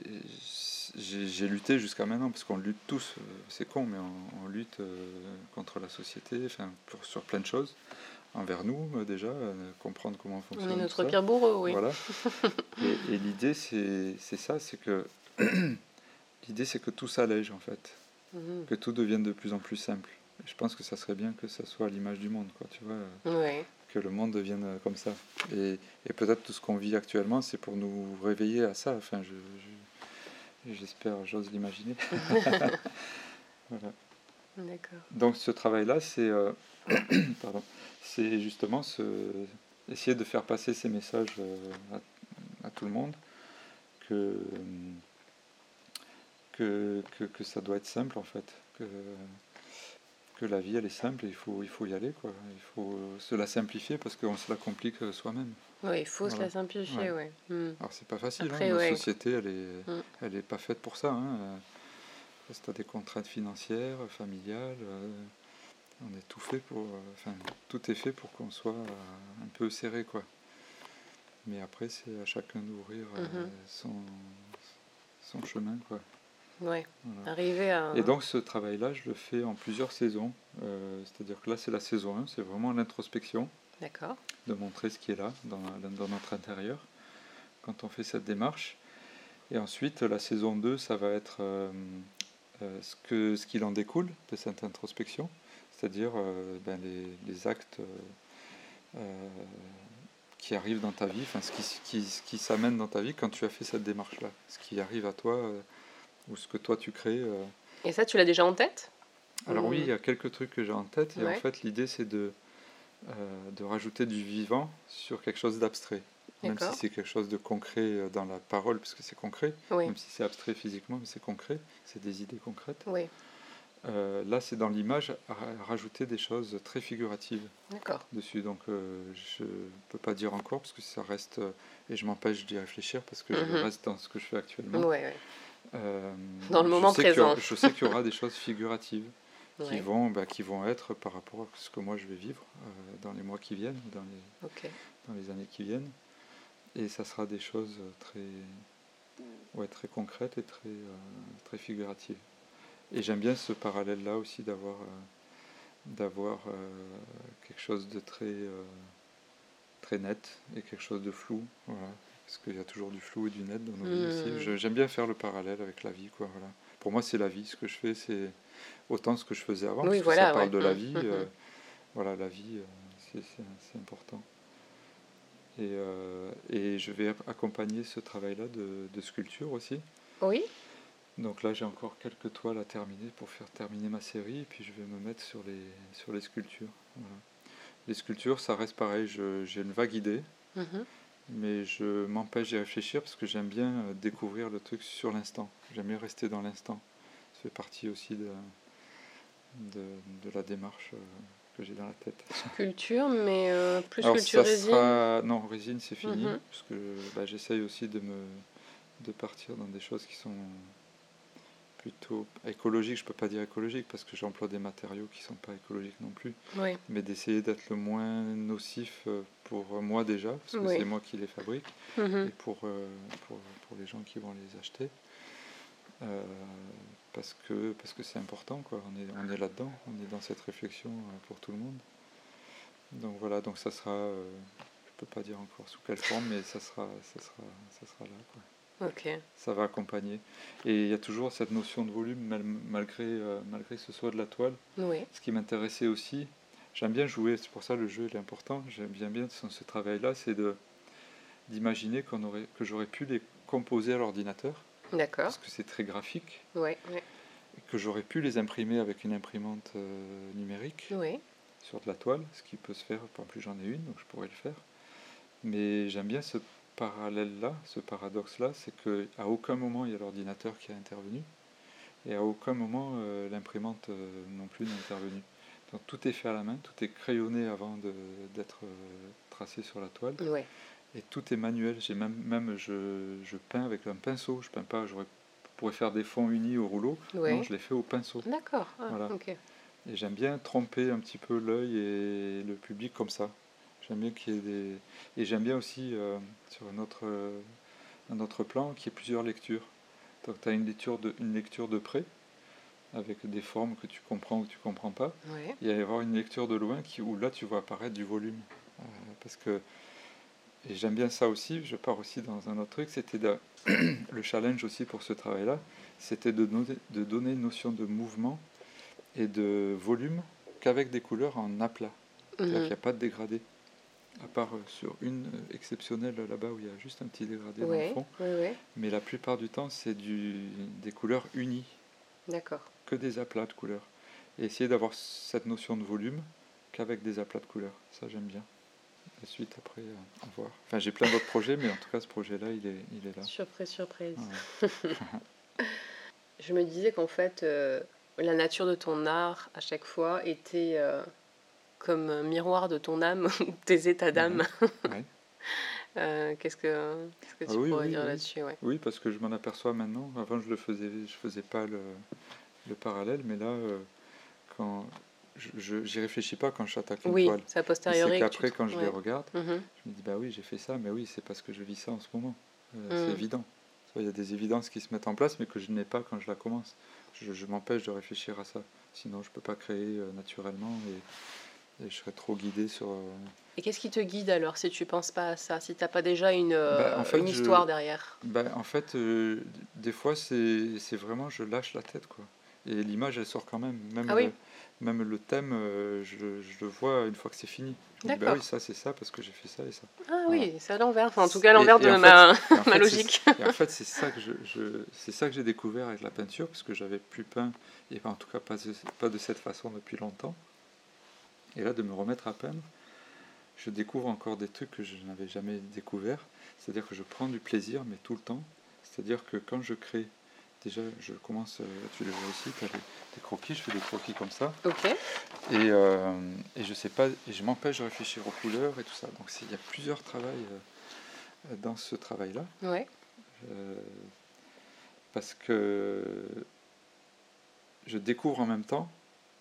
j'ai, j'ai lutté jusqu'à maintenant, parce qu'on lutte tous, euh, c'est con, mais on, on lutte euh, contre la société, enfin, pour, sur plein de choses. Envers nous, euh, déjà, euh, comprendre comment On fonctionne est tout notre ça. pire bourreau, oui. Voilà. Et, et l'idée, c'est, c'est ça, c'est que l'idée, c'est que tout s'allège, en fait. Mhm. Que tout devienne de plus en plus simple. Et je pense que ça serait bien que ça soit à l'image du monde, quoi, tu vois. Ouais. Que le monde devienne euh, comme ça. Et, et peut-être tout ce qu'on vit actuellement, c'est pour nous réveiller à ça. Enfin, je, je- j'espère, j'ose l'imaginer. Voilà. D'accord. Donc ce travail-là, c'est, euh, pardon, c'est justement ce, essayer de faire passer ces messages euh, à, à tout le monde, que, que, que, que ça doit être simple en fait, que, que la vie elle est simple et il faut, il faut y aller, quoi. Il faut se la simplifier parce qu'on se la complique soi-même. Oui, il faut se Voilà. la simplifier, ouais. Mhm. Alors c'est pas facile, Après, hein, notre ouais. société elle est, Mm. elle est pas faite pour ça. Hein. Parce que tu as des contraintes financières, familiales, euh, on est tout fait pour, euh, enfin tout est fait pour qu'on soit euh, un peu serré, quoi. Mais après c'est à chacun d'ouvrir euh, Mhm. son, son chemin, quoi. Ouais. Voilà. Arriver à. Et donc ce travail-là, je le fais en plusieurs saisons. Euh, c'est-à-dire que là c'est la saison un, c'est vraiment l'introspection, D'accord. de montrer ce qui est là, dans, dans notre intérieur, quand on fait cette démarche. Et ensuite la saison deux, ça va être euh, euh, ce, que, ce qu'il en découle de cette introspection, c'est-à-dire euh, ben, les, les actes euh, euh, qui arrivent dans ta vie, enfin ce qui, ce qui, ce qui s'amène dans ta vie quand tu as fait cette démarche-là, ce qui arrive à toi euh, ou ce que toi tu crées. Euh. Et ça, tu l'as déjà en tête? Alors Ou- oui, il y a quelques trucs que j'ai en tête, et en Ouais. fait l'idée c'est de, euh, de rajouter du vivant sur quelque chose d'abstrait. Même si D'accord. c'est quelque chose de concret euh, dans la parole, puisque c'est concret, Oui. même si c'est abstrait physiquement, mais c'est concret, c'est des idées concrètes. Oui. Euh, là, c'est dans l'image, ra- rajouter des choses très figuratives D'accord. dessus. Donc, euh, je ne peux pas dire encore, parce que ça reste, euh, et je m'empêche d'y réfléchir, parce que je Mhm. reste dans ce que je fais actuellement. Ouais, ouais. Euh, Dans le je moment sais qu'il y aura- présent. je sais qu'il y aura des choses figuratives qui, Ouais. vont, bah, qui vont être par rapport à ce que moi je vais vivre euh, dans les mois qui viennent, dans les, Ok. dans les années qui viennent. Et ça sera des choses très, ouais, très concrète et très, euh, très figurative. Et j'aime bien ce parallèle-là aussi d'avoir, euh, d'avoir euh, quelque chose de très, euh, très net et quelque chose de flou. Voilà. Parce qu'il y a toujours du flou et du net dans nos vies aussi. Hmm. Je- j'aime bien faire le parallèle avec la vie, quoi. Voilà. Pour moi, c'est la vie. Ce que je fais, c'est autant ce que je faisais avant, Oui, parce que ça voilà, parle ouais. de la Hmm, vie. hmm, euh, hmm. voilà, la vie, euh, c'est, c'est, c'est important. Et, euh, et je vais accompagner ce travail-là de, de sculpture aussi. Oui, Donc là, j'ai encore quelques toiles à terminer pour faire terminer ma série, et puis je vais me mettre sur les, sur les sculptures. Voilà. Les sculptures, ça reste pareil, je- j'ai une vague idée, mhm. mais je m'empêche d'y réfléchir parce que j'aime bien euh, découvrir le truc sur l'instant. J'aime bien rester dans l'instant. Ça fait partie aussi de, de, de la démarche euh, que j'ai dans la tête. Sculpture, mais euh, plus Alors sculpture ça résine. sera... Non, résine, c'est fini, Mhm. parce que bah, j'essaye aussi de, me, de partir dans des choses qui sont plutôt écologiques. Je peux pas dire écologiques parce que j'emploie des matériaux qui sont pas écologiques non plus, Oui, mais d'essayer d'être le moins nocif euh, pour moi déjà, parce que oui. c'est moi qui les fabrique, Mhm. et pour, euh, pour, pour les gens qui vont les acheter. Euh, parce que parce que c'est important, quoi. On est, on est là-dedans, on est dans cette réflexion euh, pour tout le monde. Donc voilà, donc ça sera, euh, je peux pas dire encore sous quelle forme, mais ça sera, ça sera, ça sera là, quoi. Ok. Ça va accompagner. Et il y a toujours cette notion de volume, mal- malgré, euh, malgré que ce soit de la toile. Oui. Ce qui m'intéressait aussi, j'aime bien jouer, c'est pour ça le jeu est important, j'aime bien bien ce, ce travail-là, c'est de, d'imaginer qu'on aurait, que j'aurais pu les composer à l'ordinateur, D'accord. parce que c'est très graphique, Oui, oui. et que j'aurais pu les imprimer avec une imprimante euh, numérique Oui. sur de la toile, ce qui peut se faire, en plus j'en ai une, donc je pourrais le faire. Mais j'aime bien ce parallèle-là, ce paradoxe-là, c'est qu'à aucun moment il y a l'ordinateur qui a intervenu, et à aucun moment euh, l'imprimante euh, non plus n'est intervenue. Donc tout est fait à la main, tout est crayonné avant de, d'être euh, tracé sur la toile, Oui. et tout est manuel. J'ai même, même je, je peins avec un pinceau, je peins pas, j'aurais, je pourrais faire des fonds unis au rouleau, non, Oui. je les fais au pinceau. D'accord. Ah, Voilà. ok. Et j'aime bien tromper un petit peu l'œil et le public comme ça. J'aime bien qu'il y ait des... Et j'aime bien aussi, euh, sur un autre, euh, un autre plan, qu'il y ait plusieurs lectures. Donc tu as une lecture de, une lecture de près, avec des formes que tu comprends ou que tu comprends pas. Oui. Et il va y avoir une lecture de loin qui, où là tu vois apparaître du volume. Euh, parce que, et j'aime bien ça aussi, je pars aussi dans un autre truc, c'était de, le challenge aussi pour ce travail-là, c'était de donner, de donner une notion de mouvement et de volume qu'avec des couleurs en aplat. C'est-à-dire qu'il Mhm. n'y a pas de dégradé. À part euh, sur une euh, exceptionnelle là-bas où il y a juste un petit dégradé dans le Oui. fond. Oui, oui. Mais la plupart du temps, c'est du, des couleurs unies, D'accord. que des aplats de couleurs. Et essayer d'avoir cette notion de volume qu'avec des aplats de couleurs. Ça, j'aime bien. La suite, après, euh, à voir. Enfin, j'ai plein d'autres projets, mais en tout cas, ce projet-là, il est, il est là. Surprise, surprise. Ouais. Je me disais qu'en fait, euh, la nature de ton art, à chaque fois, était euh, comme un miroir de ton âme, tes états d'âme. Ouais. Ouais. Euh, qu'est-ce que, qu'est-ce que Ah tu oui, pourrais oui, dire oui. là-dessus, ouais. Oui, parce que je m'en aperçois maintenant. Avant, je le faisais, je faisais pas le, le parallèle, mais là, euh, quand je, je, j'y réfléchis pas quand j'attaque une Oui, toile. c'est a Mais c'est posteriori que tu qu'après, te... quand je les ouais. regarde, Mhm. je me dis, bah oui, j'ai fait ça, mais oui, c'est parce que je vis ça en ce moment. Euh, Mm. C'est évident. Il y a des évidences qui se mettent en place, mais que je n'ai pas quand je la commence. Je, je m'empêche de réfléchir à ça. Sinon, je peux pas créer euh, naturellement et, et je serais trop guidé sur. Euh... Et qu'est-ce qui te guide alors si tu penses pas à ça, si t'as pas déjà une, Bah, en euh, fait, une je, histoire derrière? bah, en fait, euh, des fois, c'est, c'est vraiment, je lâche la tête, quoi. Et l'image, elle sort quand même. Même Ah le, oui, même le thème, euh, je, je le vois une fois que c'est fini. Je me dis, bah oui, d'accord. ça, c'est ça parce que j'ai fait ça et ça. Ah Voilà. oui, c'est à l'envers. Enfin, en tout cas, à l'envers Et, et de en fait, ma, et en ma fait, logique. c'est, et en fait, c'est ça que je, je- c'est ça que j'ai découvert avec la peinture, parce que j'avais plus peint, et en tout cas pas de, pas de cette façon depuis longtemps. Et là, de me remettre à peindre, je découvre encore des trucs que je n'avais jamais découverts. C'est-à-dire que je prends du plaisir, mais tout le temps. C'est-à-dire que quand je crée, déjà, je commence, euh, tu le vois ici, tu as des, des croquis, je fais des croquis comme ça, Ok. et, euh, et je sais pas, et je m'empêche de réfléchir aux couleurs et tout ça. Donc c'est- il y a plusieurs travails euh, dans ce travail-là. Ouais. Euh, parce que je découvre en même temps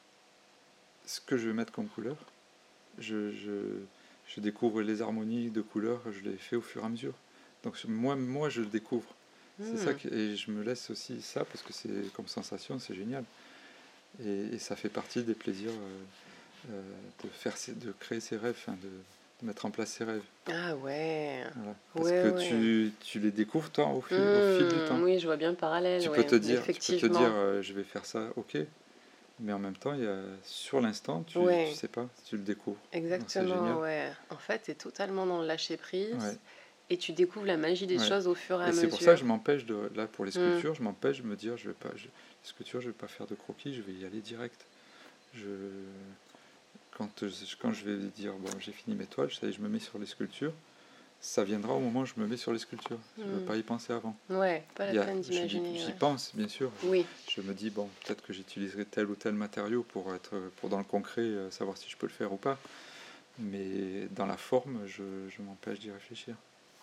ce que je vais mettre comme couleur. Je, je, je découvre les harmonies de couleurs, je les fais au fur et à mesure. Donc moi, moi je le découvre. C'est ça que, et je me laisse aussi ça parce que c'est comme sensation, c'est génial. Et, et ça fait partie des plaisirs euh, euh, de faire, ses- de créer ses rêves, enfin, de, de mettre en place ses rêves. Ah ouais. Voilà. Parce Ouais, que ouais. tu, tu les découvres toi au fil, au fil du temps. Hmm, oui, je vois bien le parallèle. Tu peux Ouais. te dire, tu peux te Effectivement. dire, euh, je vais faire ça, ok. Mais en même temps, il y a, sur l'instant, tu, Ouais. tu sais pas, tu le découvres. Donc, c'est Exactement, génial. ouais. En fait, tu es totalement dans le lâcher prise Ouais. et tu découvres la magie des Ouais. choses au fur et à Et c'est mesure. pour ça que je m'empêche de, là pour les Hmm. sculptures, je m'empêche de me dire, je vais pas, je, les sculptures, je vais pas faire de croquis, je vais y aller direct. Je, quand, je- quand je vais dire, bon, j'ai fini mes toiles, ça y est, je me mets sur les sculptures, ça viendra au moment où je me mets sur les sculptures. Je ne veux Hmm. pas y penser avant. Ouais, pas Il y la a- peine j'y- d'imaginer. J'y Ouais. pense, bien sûr. Oui, Je me dis, bon, peut-être que j'utiliserai tel ou tel matériau pour être, pour dans le concret, euh, savoir si je peux le faire ou pas. Mais dans la forme, je, je m'empêche d'y réfléchir.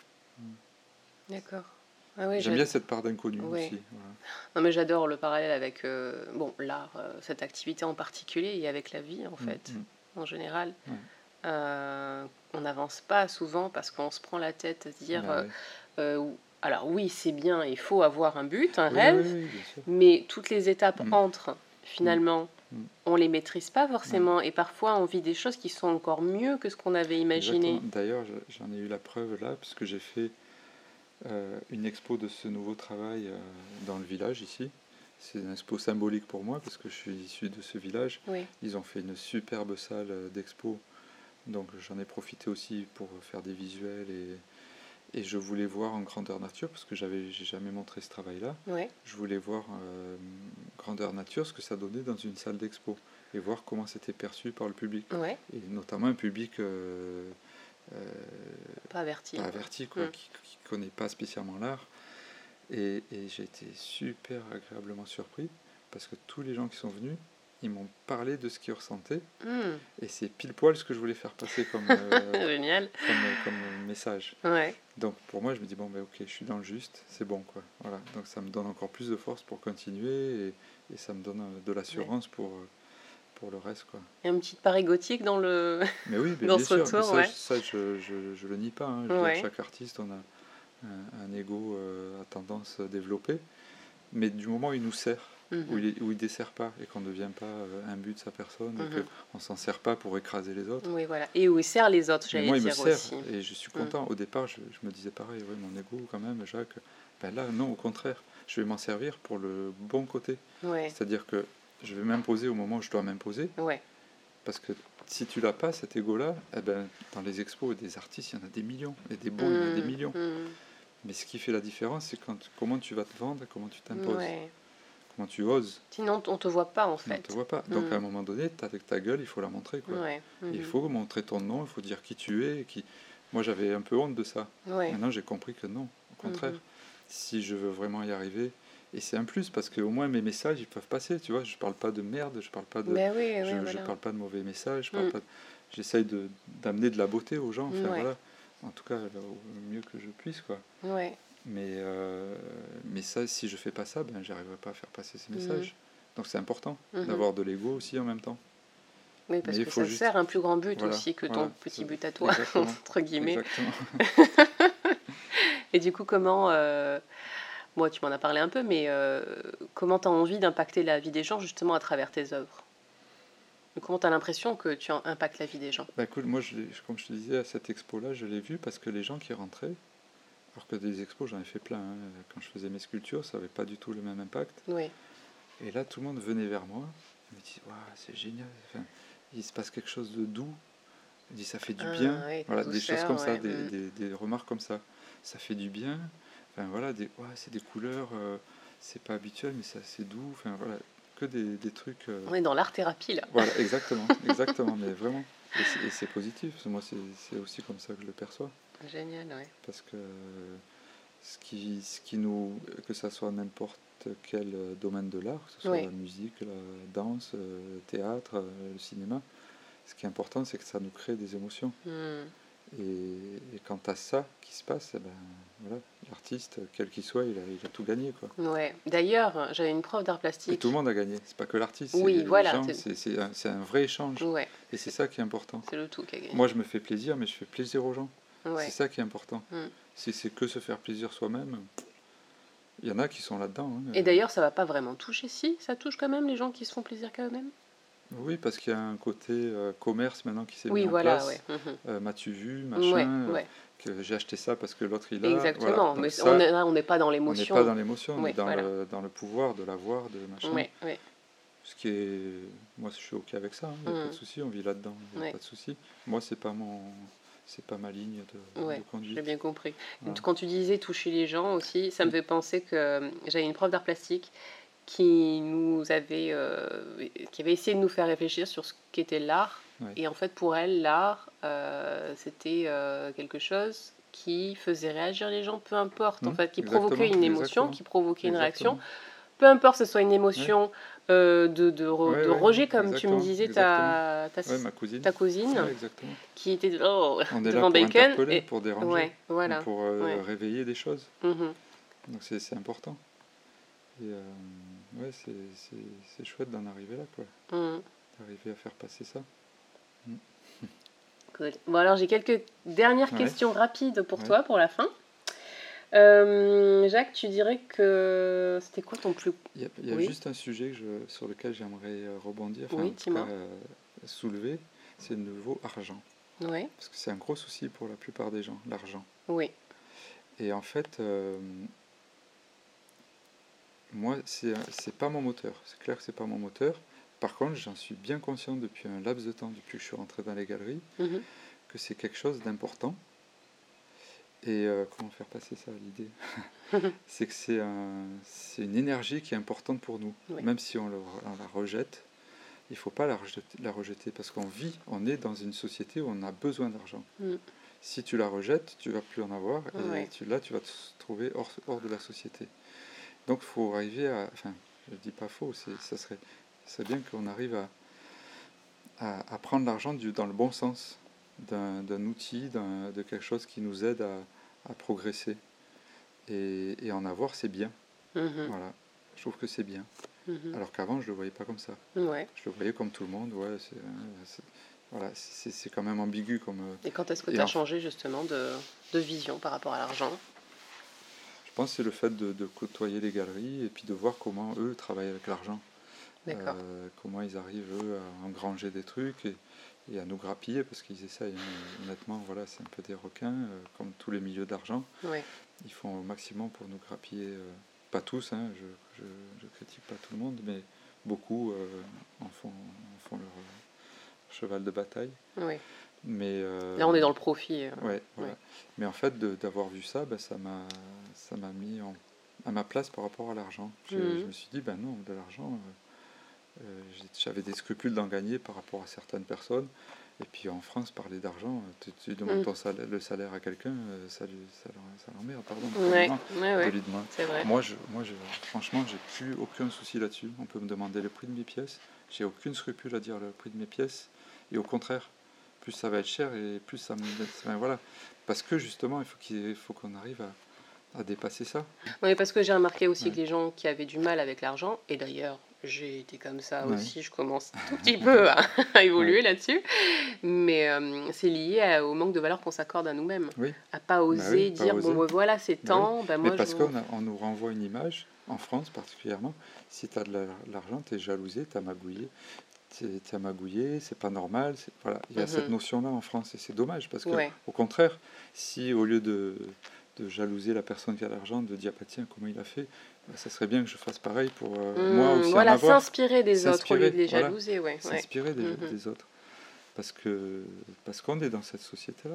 d'accord. Ah ouais, J'aime j'ad- bien cette part d'inconnu Ouais. aussi. Voilà. Non, mais j'adore le parallèle avec euh, bon, l'art, euh, cette activité en particulier, et avec la vie, en Mm, fait, mm. en général. Ouais. Euh, on n'avance pas souvent parce qu'on se prend la tête à se dire Bah euh, ouais. euh, alors oui, c'est bien, il faut avoir un but, un Oui, rêve, oui, oui, bien sûr. mais toutes les étapes Mm. entre, finalement, Mm. on les maîtrise pas forcément, et parfois on vit des choses qui sont encore mieux que ce qu'on avait imaginé. Exactement. D'ailleurs, je- j'en ai eu la preuve là, puisque j'ai fait euh, une expo de ce nouveau travail euh, dans le village ici. C'est une expo symbolique pour moi, parce que je suis issu de ce village. Oui, Ils ont fait une superbe salle euh, d'expo, donc j'en ai profité aussi pour faire des visuels et, et je voulais voir en grandeur nature, parce que j'avais j'ai jamais montré ce travail-là. ouais, Je voulais voir euh, grandeur nature, ce que ça donnait dans une salle d'expo, et voir comment c'était perçu par le public, ouais, et notamment un public euh, euh, pas averti. pas averti, quoi, Mm. qui ne connaît pas spécialement l'art. Et, et j'ai été super agréablement surpris, parce que tous les gens qui sont venus, ils m'ont parlé de ce qu'ils ressentaient, Mm. et c'est pile poil ce que je voulais faire passer comme, euh, Génial. comme, comme message. Ouais, Donc pour moi, je me dis, bon, ben ok, je suis dans le juste, c'est bon, quoi. Voilà. Donc ça me donne encore plus de force pour continuer, et, et ça me donne euh, de l'assurance pour, euh, pour le reste, quoi. il y a une petite Paris gothique dans le Mais oui, mais dans bien ce sûr, retour, mais ça, ouais. je, ça je, je, je le nie pas, hein. Je veux dire, Ouais. chaque artiste, on a un, un ego euh, à tendance développée, mais du moment où il nous sert, Mhm. où il, où il dessert pas, et qu'on ne devient pas euh, un but de sa personne, et Mhm. qu'on ne s'en sert pas pour écraser les autres. Oui, voilà. Et où il sert les autres, Mais j'allais moi, il me dire sert, aussi. et je suis content. Au départ, je, je me disais pareil, ouais, mon ego quand même, Jacques. Ben là, non, au contraire, je vais m'en servir pour le bon côté. Ouais, C'est-à-dire que je vais m'imposer au moment où je dois m'imposer, ouais. parce que si tu l'as pas, cet ego-là, eh ben, dans les expos des artistes, il y en a des millions, et des bons, il y en a des Mm, millions. mm. Mais ce qui fait la différence, c'est quand, comment tu vas te vendre, comment tu t'imposes, Ouais. comment tu oses. Sinon, on te voit pas en On ne fait. te voit pas. Donc Mm. à un moment donné, t'as avec ta gueule, il faut la montrer, quoi. Ouais. Il Mhm. faut montrer ton nom, il faut dire qui tu es. Qui... Moi, j'avais un peu honte de ça. Ouais. Maintenant, j'ai compris que non, au contraire. Mhm. Si je veux vraiment y arriver, et c'est un plus, parce qu'au moins mes messages, ils peuvent passer, tu vois. Je parle pas de merde, je parle pas de, Ben oui, oui, je, je voilà. parle pas de mauvais messages, je parle Mm. pas de- j'essaye de, d'amener de la beauté aux gens, enfin Ouais. voilà. En tout cas, le au mieux que je puisse, quoi. Ouais. Mais, euh, mais ça, si je fais pas ça, ben, j'arriverai pas à faire passer ces Mhm. messages. Donc c'est important Mhm. d'avoir de l'ego aussi en même temps. Oui, parce Mais il que faut ça juste- sert un plus grand but Voilà, aussi que ton voilà, petit c'est- but à toi, exactement. entre guillemets. Exactement. Et du coup, comment, euh, moi tu m'en as parlé un peu, mais euh, comment tu as envie d'impacter la vie des gens justement à travers tes œuvres? Comment tu as l'impression que tu en- impactes la vie des gens? Bah écoute, moi, je l'ai- comme je te disais, à cette expo-là, je l'ai vu parce que les gens qui rentraient, alors que des expos, j'en ai fait plein, hein, quand je faisais mes sculptures, ça n'avait pas du tout le même impact. Oui. Et là, tout le monde venait vers moi, il me dit, waouh, c'est génial, enfin, il se passe quelque chose de doux, il dit, ça fait du Ah, bien, oui, voilà, la des choses douceur, comme ça, ouais, des, mm. des- des remarques comme ça, ça fait du bien, enfin voilà, des, ouais, c'est des couleurs, euh, c'est pas habituel, mais c'est assez doux, enfin voilà, que des, des trucs... euh, On est dans l'art-thérapie là. Voilà, exactement, exactement, mais vraiment. Et c'est, et c'est positif, parce que moi c'est, c'est aussi comme ça que je le perçois. Génial, ouais. Parce que ce qui, ce qui nous, que ça soit n'importe quel euh, domaine de l'art, que ce soit Oui. la musique, la danse, euh, le théâtre, euh, le cinéma, ce qui est important c'est que ça nous crée des émotions. Mm. Et, et quand tu as ça qui se passe, eh ben, voilà, l'artiste, quel qu'il soit, il a, il a tout gagné, quoi. Ouais. D'ailleurs, j'avais une prof d'art Et plastique. tout le monde a gagné, c'est pas que l'artiste, Oui, c'est les voilà, gens, c'est- c'est, c'est un, c'est un vrai échange. Ouais, Et c'est ça qui est important. c'est le tout qui a gagné. Moi, je me fais plaisir, mais je fais plaisir aux gens. Ouais. C'est ça qui est important. Mm. Si c'est que se faire plaisir soi-même, Il y en a qui sont là-dedans. Hein. Et d'ailleurs, ça va pas vraiment toucher, si ça touche quand même les gens qui se font plaisir qu'à eux-mêmes. Oui, parce qu'il y a un côté euh, commerce maintenant qui s'est Oui, mis en voilà, place. ouais. Mhm. Euh, m'as-tu vu, Ouais, machin, euh, ouais. que j'ai acheté ça parce que l'autre il a. Exactement. Voilà. Donc Mais ça, on est là, on n'est pas dans on n'est l'émotion. pas dans l'émotion, on Ouais, est dans, voilà. le, dans le pouvoir de l'avoir, de machin. Ouais, ouais. Ce qui est. Moi, je suis OK avec ça, il n'y a pas Mhm. de souci, on vit là-dedans, il n'y a Ouais. pas de souci. Moi, c'est pas mon. C'est pas ma ligne de, Ouais, de conduite. j'ai bien compris. Voilà. Quand tu disais toucher les gens aussi, ça me Mm. fait penser que euh, j'avais une prof d'art plastique qui nous avait, euh, qui avait essayé de nous faire réfléchir sur ce qu'était l'art. Ouais. Et en fait, pour elle, l'art, euh, c'était euh, quelque chose qui faisait réagir les gens, peu importe, en Mm. fait, qui Exactement, provoquait une émotion, exactement. qui provoquait une réaction. Exactement. Peu importe que ce soit une émotion euh, de, de, re- Ouais, de ouais, rejet, comme tu exactement, me disais, exactement. ta, ta, Ouais, ma cousine. ta cousine, Ouais, exactement. qui était oh, On est là devant pour Bacon. interpeller, Et... pour déranger, Ouais, voilà. pour euh, Ouais. réveiller des choses. Mhm. Donc c'est c'est important. Et euh, ouais, c'est c'est- c'est chouette d'en arriver là, quoi. Mhm. D'arriver à faire passer ça. Cool. Bon, alors j'ai quelques dernières Ouais. questions rapides pour Ouais. toi, pour la fin. Euh, Jacques, tu dirais que c'était quoi ton plus... Il y a, il y a Oui. juste un sujet que je, sur lequel j'aimerais euh, rebondir, enfin Oui, en tout dis-moi. cas euh, soulever, c'est le nouveau argent. Ouais. Parce que c'est un gros souci pour la plupart des gens, l'argent. Oui. Et en fait, euh, moi, c'est c'est pas mon moteur. C'est clair que c'est pas mon moteur. Par contre, j'en suis bien conscient depuis un laps de temps, depuis que je suis rentré dans les galeries, Mhm. que c'est quelque chose d'important. Et euh, comment faire passer ça, l'idée c'est que c'est un, c'est une énergie qui est importante pour nous. Oui. Même si on, le- on la rejette, il ne faut pas la rejeter, la rejeter parce qu'on vit, on est dans une société où on a besoin d'argent. Mm. Si tu la rejettes, tu ne vas plus en avoir et Ouais. tu, là, tu vas te trouver hors, hors de la société. Donc, il faut arriver à... Enfin, je ne dis pas faux, c'est, ça serait, ça serait bien qu'on arrive à, à, à prendre l'argent du, dans le bon sens, d'un, d'un outil, d'un, de quelque chose qui nous aide à, à progresser. Et, et en avoir, c'est bien. Mhm. Voilà. Je trouve que c'est bien. Mhm. Alors qu'avant, je ne le voyais pas comme ça. Ouais. Je le voyais comme tout le monde. Ouais, c'est, euh, c'est- voilà, c'est, c'est quand même ambigu. Comme, euh, Et quand est-ce que Et tu as en- changé justement de, de vision par rapport à l'argent? je pense que c'est le fait de, de côtoyer les galeries et puis de voir comment eux travaillent avec l'argent. D'accord. Euh, comment ils arrivent, eux, à engranger des trucs et, et à nous grappiller, parce qu'ils essayent. hein. Honnêtement, voilà, c'est un peu des requins, euh, comme tous les milieux d'argent. Ouais. Ils font au maximum pour nous grappiller. euh, pas tous, hein, je, je, je critique pas tout le monde, mais beaucoup euh, en, font, en font leur euh, cheval de bataille. Oui. Mais, euh, Là, on est dans le profit. euh. Ouais, voilà. ouais. Mais en fait, de- d'avoir vu ça, ben, ça m'a ça m'a mis en- à ma place par rapport à l'argent. J'ai- Mhm. Je me suis dit, ben non, de l'argent, euh, euh, j'ai- j'avais des scrupules d'en gagner par rapport à certaines personnes. Et puis en France, parler d'argent, euh, tu, tu demandes Mhm. ton salaire, le salaire à quelqu'un, euh, ça, lui- ça, l'en- ça l'emmerde, pardon. Ouais. Non, Ouais, de ouais. lui demander. C'est vrai. Moi, je, moi je, franchement, j'ai plus aucun souci là-dessus. On peut me demander le prix de mes pièces. J'ai aucune scrupule à dire le prix de mes pièces. Et au contraire, plus ça va être cher et plus ça me... Enfin, voilà. Parce que justement, il faut, qu'il, il faut qu'on arrive à, à dépasser ça. Oui, parce que j'ai remarqué aussi Ouais. que les gens qui avaient du mal avec l'argent, et d'ailleurs j'ai été comme ça Ouais. aussi, je commence tout petit peu à, à évoluer là-dessus, mais euh, c'est lié à- au manque de valeur qu'on s'accorde à nous-mêmes, Oui. à pas oser oui, pas dire oser. bon ben voilà c'est Bah temps, ben moi Mais parce je... qu'on a- on nous renvoie une image, en France particulièrement, si tu as de la- l'argent, tu es jalousé, tu as magouillé. Tu as magouillé, c'est pas normal. c'est- Voilà. Il y a Mhm. cette notion-là en France et c'est dommage parce que, Ouais. au contraire, si au lieu de, de jalouser la personne qui a l'argent, de dire bah, tiens, comment il a fait, bah, ça serait bien que je fasse pareil pour euh, moi Hmm, aussi voilà, en avoir. s'inspirer des autres au lieu de les voilà. jalouser, ouais. ouais. S'inspirer des, Mhm. des autres. Parce que parce qu'on est dans cette société-là.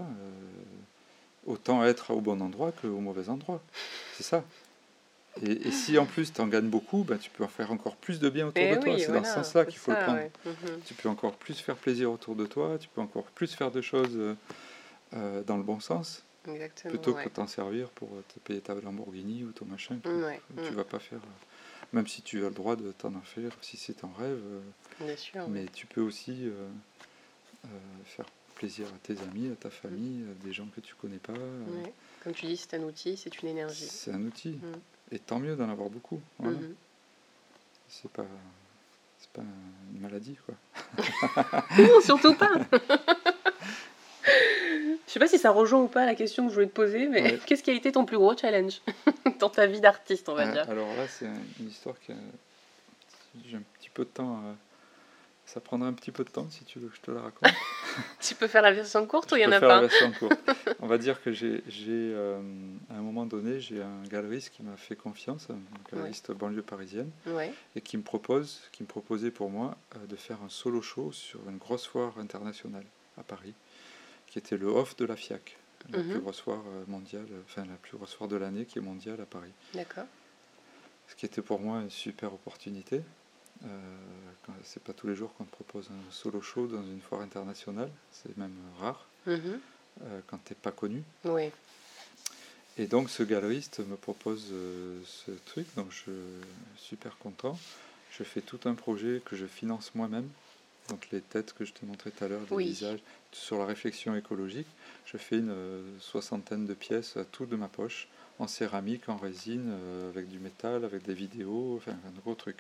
euh, autant être au bon endroit qu'au mauvais endroit. C'est ça. Et, et si en plus tu en gagnes beaucoup, ben, tu peux en faire encore plus de bien autour Eh de toi. oui, C'est voilà, dans ce sens-là c'est qu'il faut ça, le prendre. ouais. Mhm. Tu peux encore plus faire plaisir autour de toi, tu peux encore plus faire de choses euh, euh, dans le bon sens, Exactement, plutôt ouais. que t'en servir pour euh, te payer ta Lamborghini ou ton machin. que- Ouais, où tu mm. vas pas faire, euh, même si tu as le droit de t'en en faire, si c'est ton rêve, euh, Bien sûr. mais ouais. tu peux aussi euh, euh, faire plaisir à tes amis, à ta famille, à des gens que tu connais pas. euh, Ouais. Comme tu dis, c'est un outil, c'est une énergie. C'est un outil. Mm. Et tant mieux d'en avoir beaucoup. Voilà. Mhm. C'est pas, c'est pas une maladie, quoi. Non, surtout pas. Je sais pas si ça rejoint ou pas la question que je voulais te poser, mais Ouais. qu'est-ce qui a été ton plus gros challenge dans ta vie d'artiste, on va Euh, dire? alors là, c'est un- une histoire qui a... si j'ai un petit peu de temps. à- Ça prendra un petit peu de temps si tu veux que je te la raconte. Tu peux faire la version courte ou il Je y en peux a faire la pas? version courte. On va dire que j'ai, j'ai, euh, à un moment donné, j'ai un galeriste qui m'a fait confiance, un galeriste banlieue parisienne, Ouais. et qui me propose, qui me proposait pour moi euh, de faire un solo show sur une grosse foire internationale à Paris, qui était le Off de la FIAC, la Mhm. plus grosse foire euh, mondiale, enfin la plus grosse foire de l'année qui est mondiale à Paris. D'accord. Ce qui était pour moi une super opportunité. Euh, quand- c'est pas tous les jours qu'on te propose un solo show dans une foire internationale, c'est même rare Mhm. euh, quand t'es pas connu. Oui. Et donc ce galeriste me propose euh, ce truc, donc je suis super content. Je fais tout un projet que je finance moi-même, donc les têtes que je t'ai montré tout à l'heure, des Oui. visages, sur la réflexion écologique. Je fais une euh, soixantaine de pièces, à tout de ma poche, en céramique, en résine, euh, avec du métal, avec des vidéos, enfin un gros truc.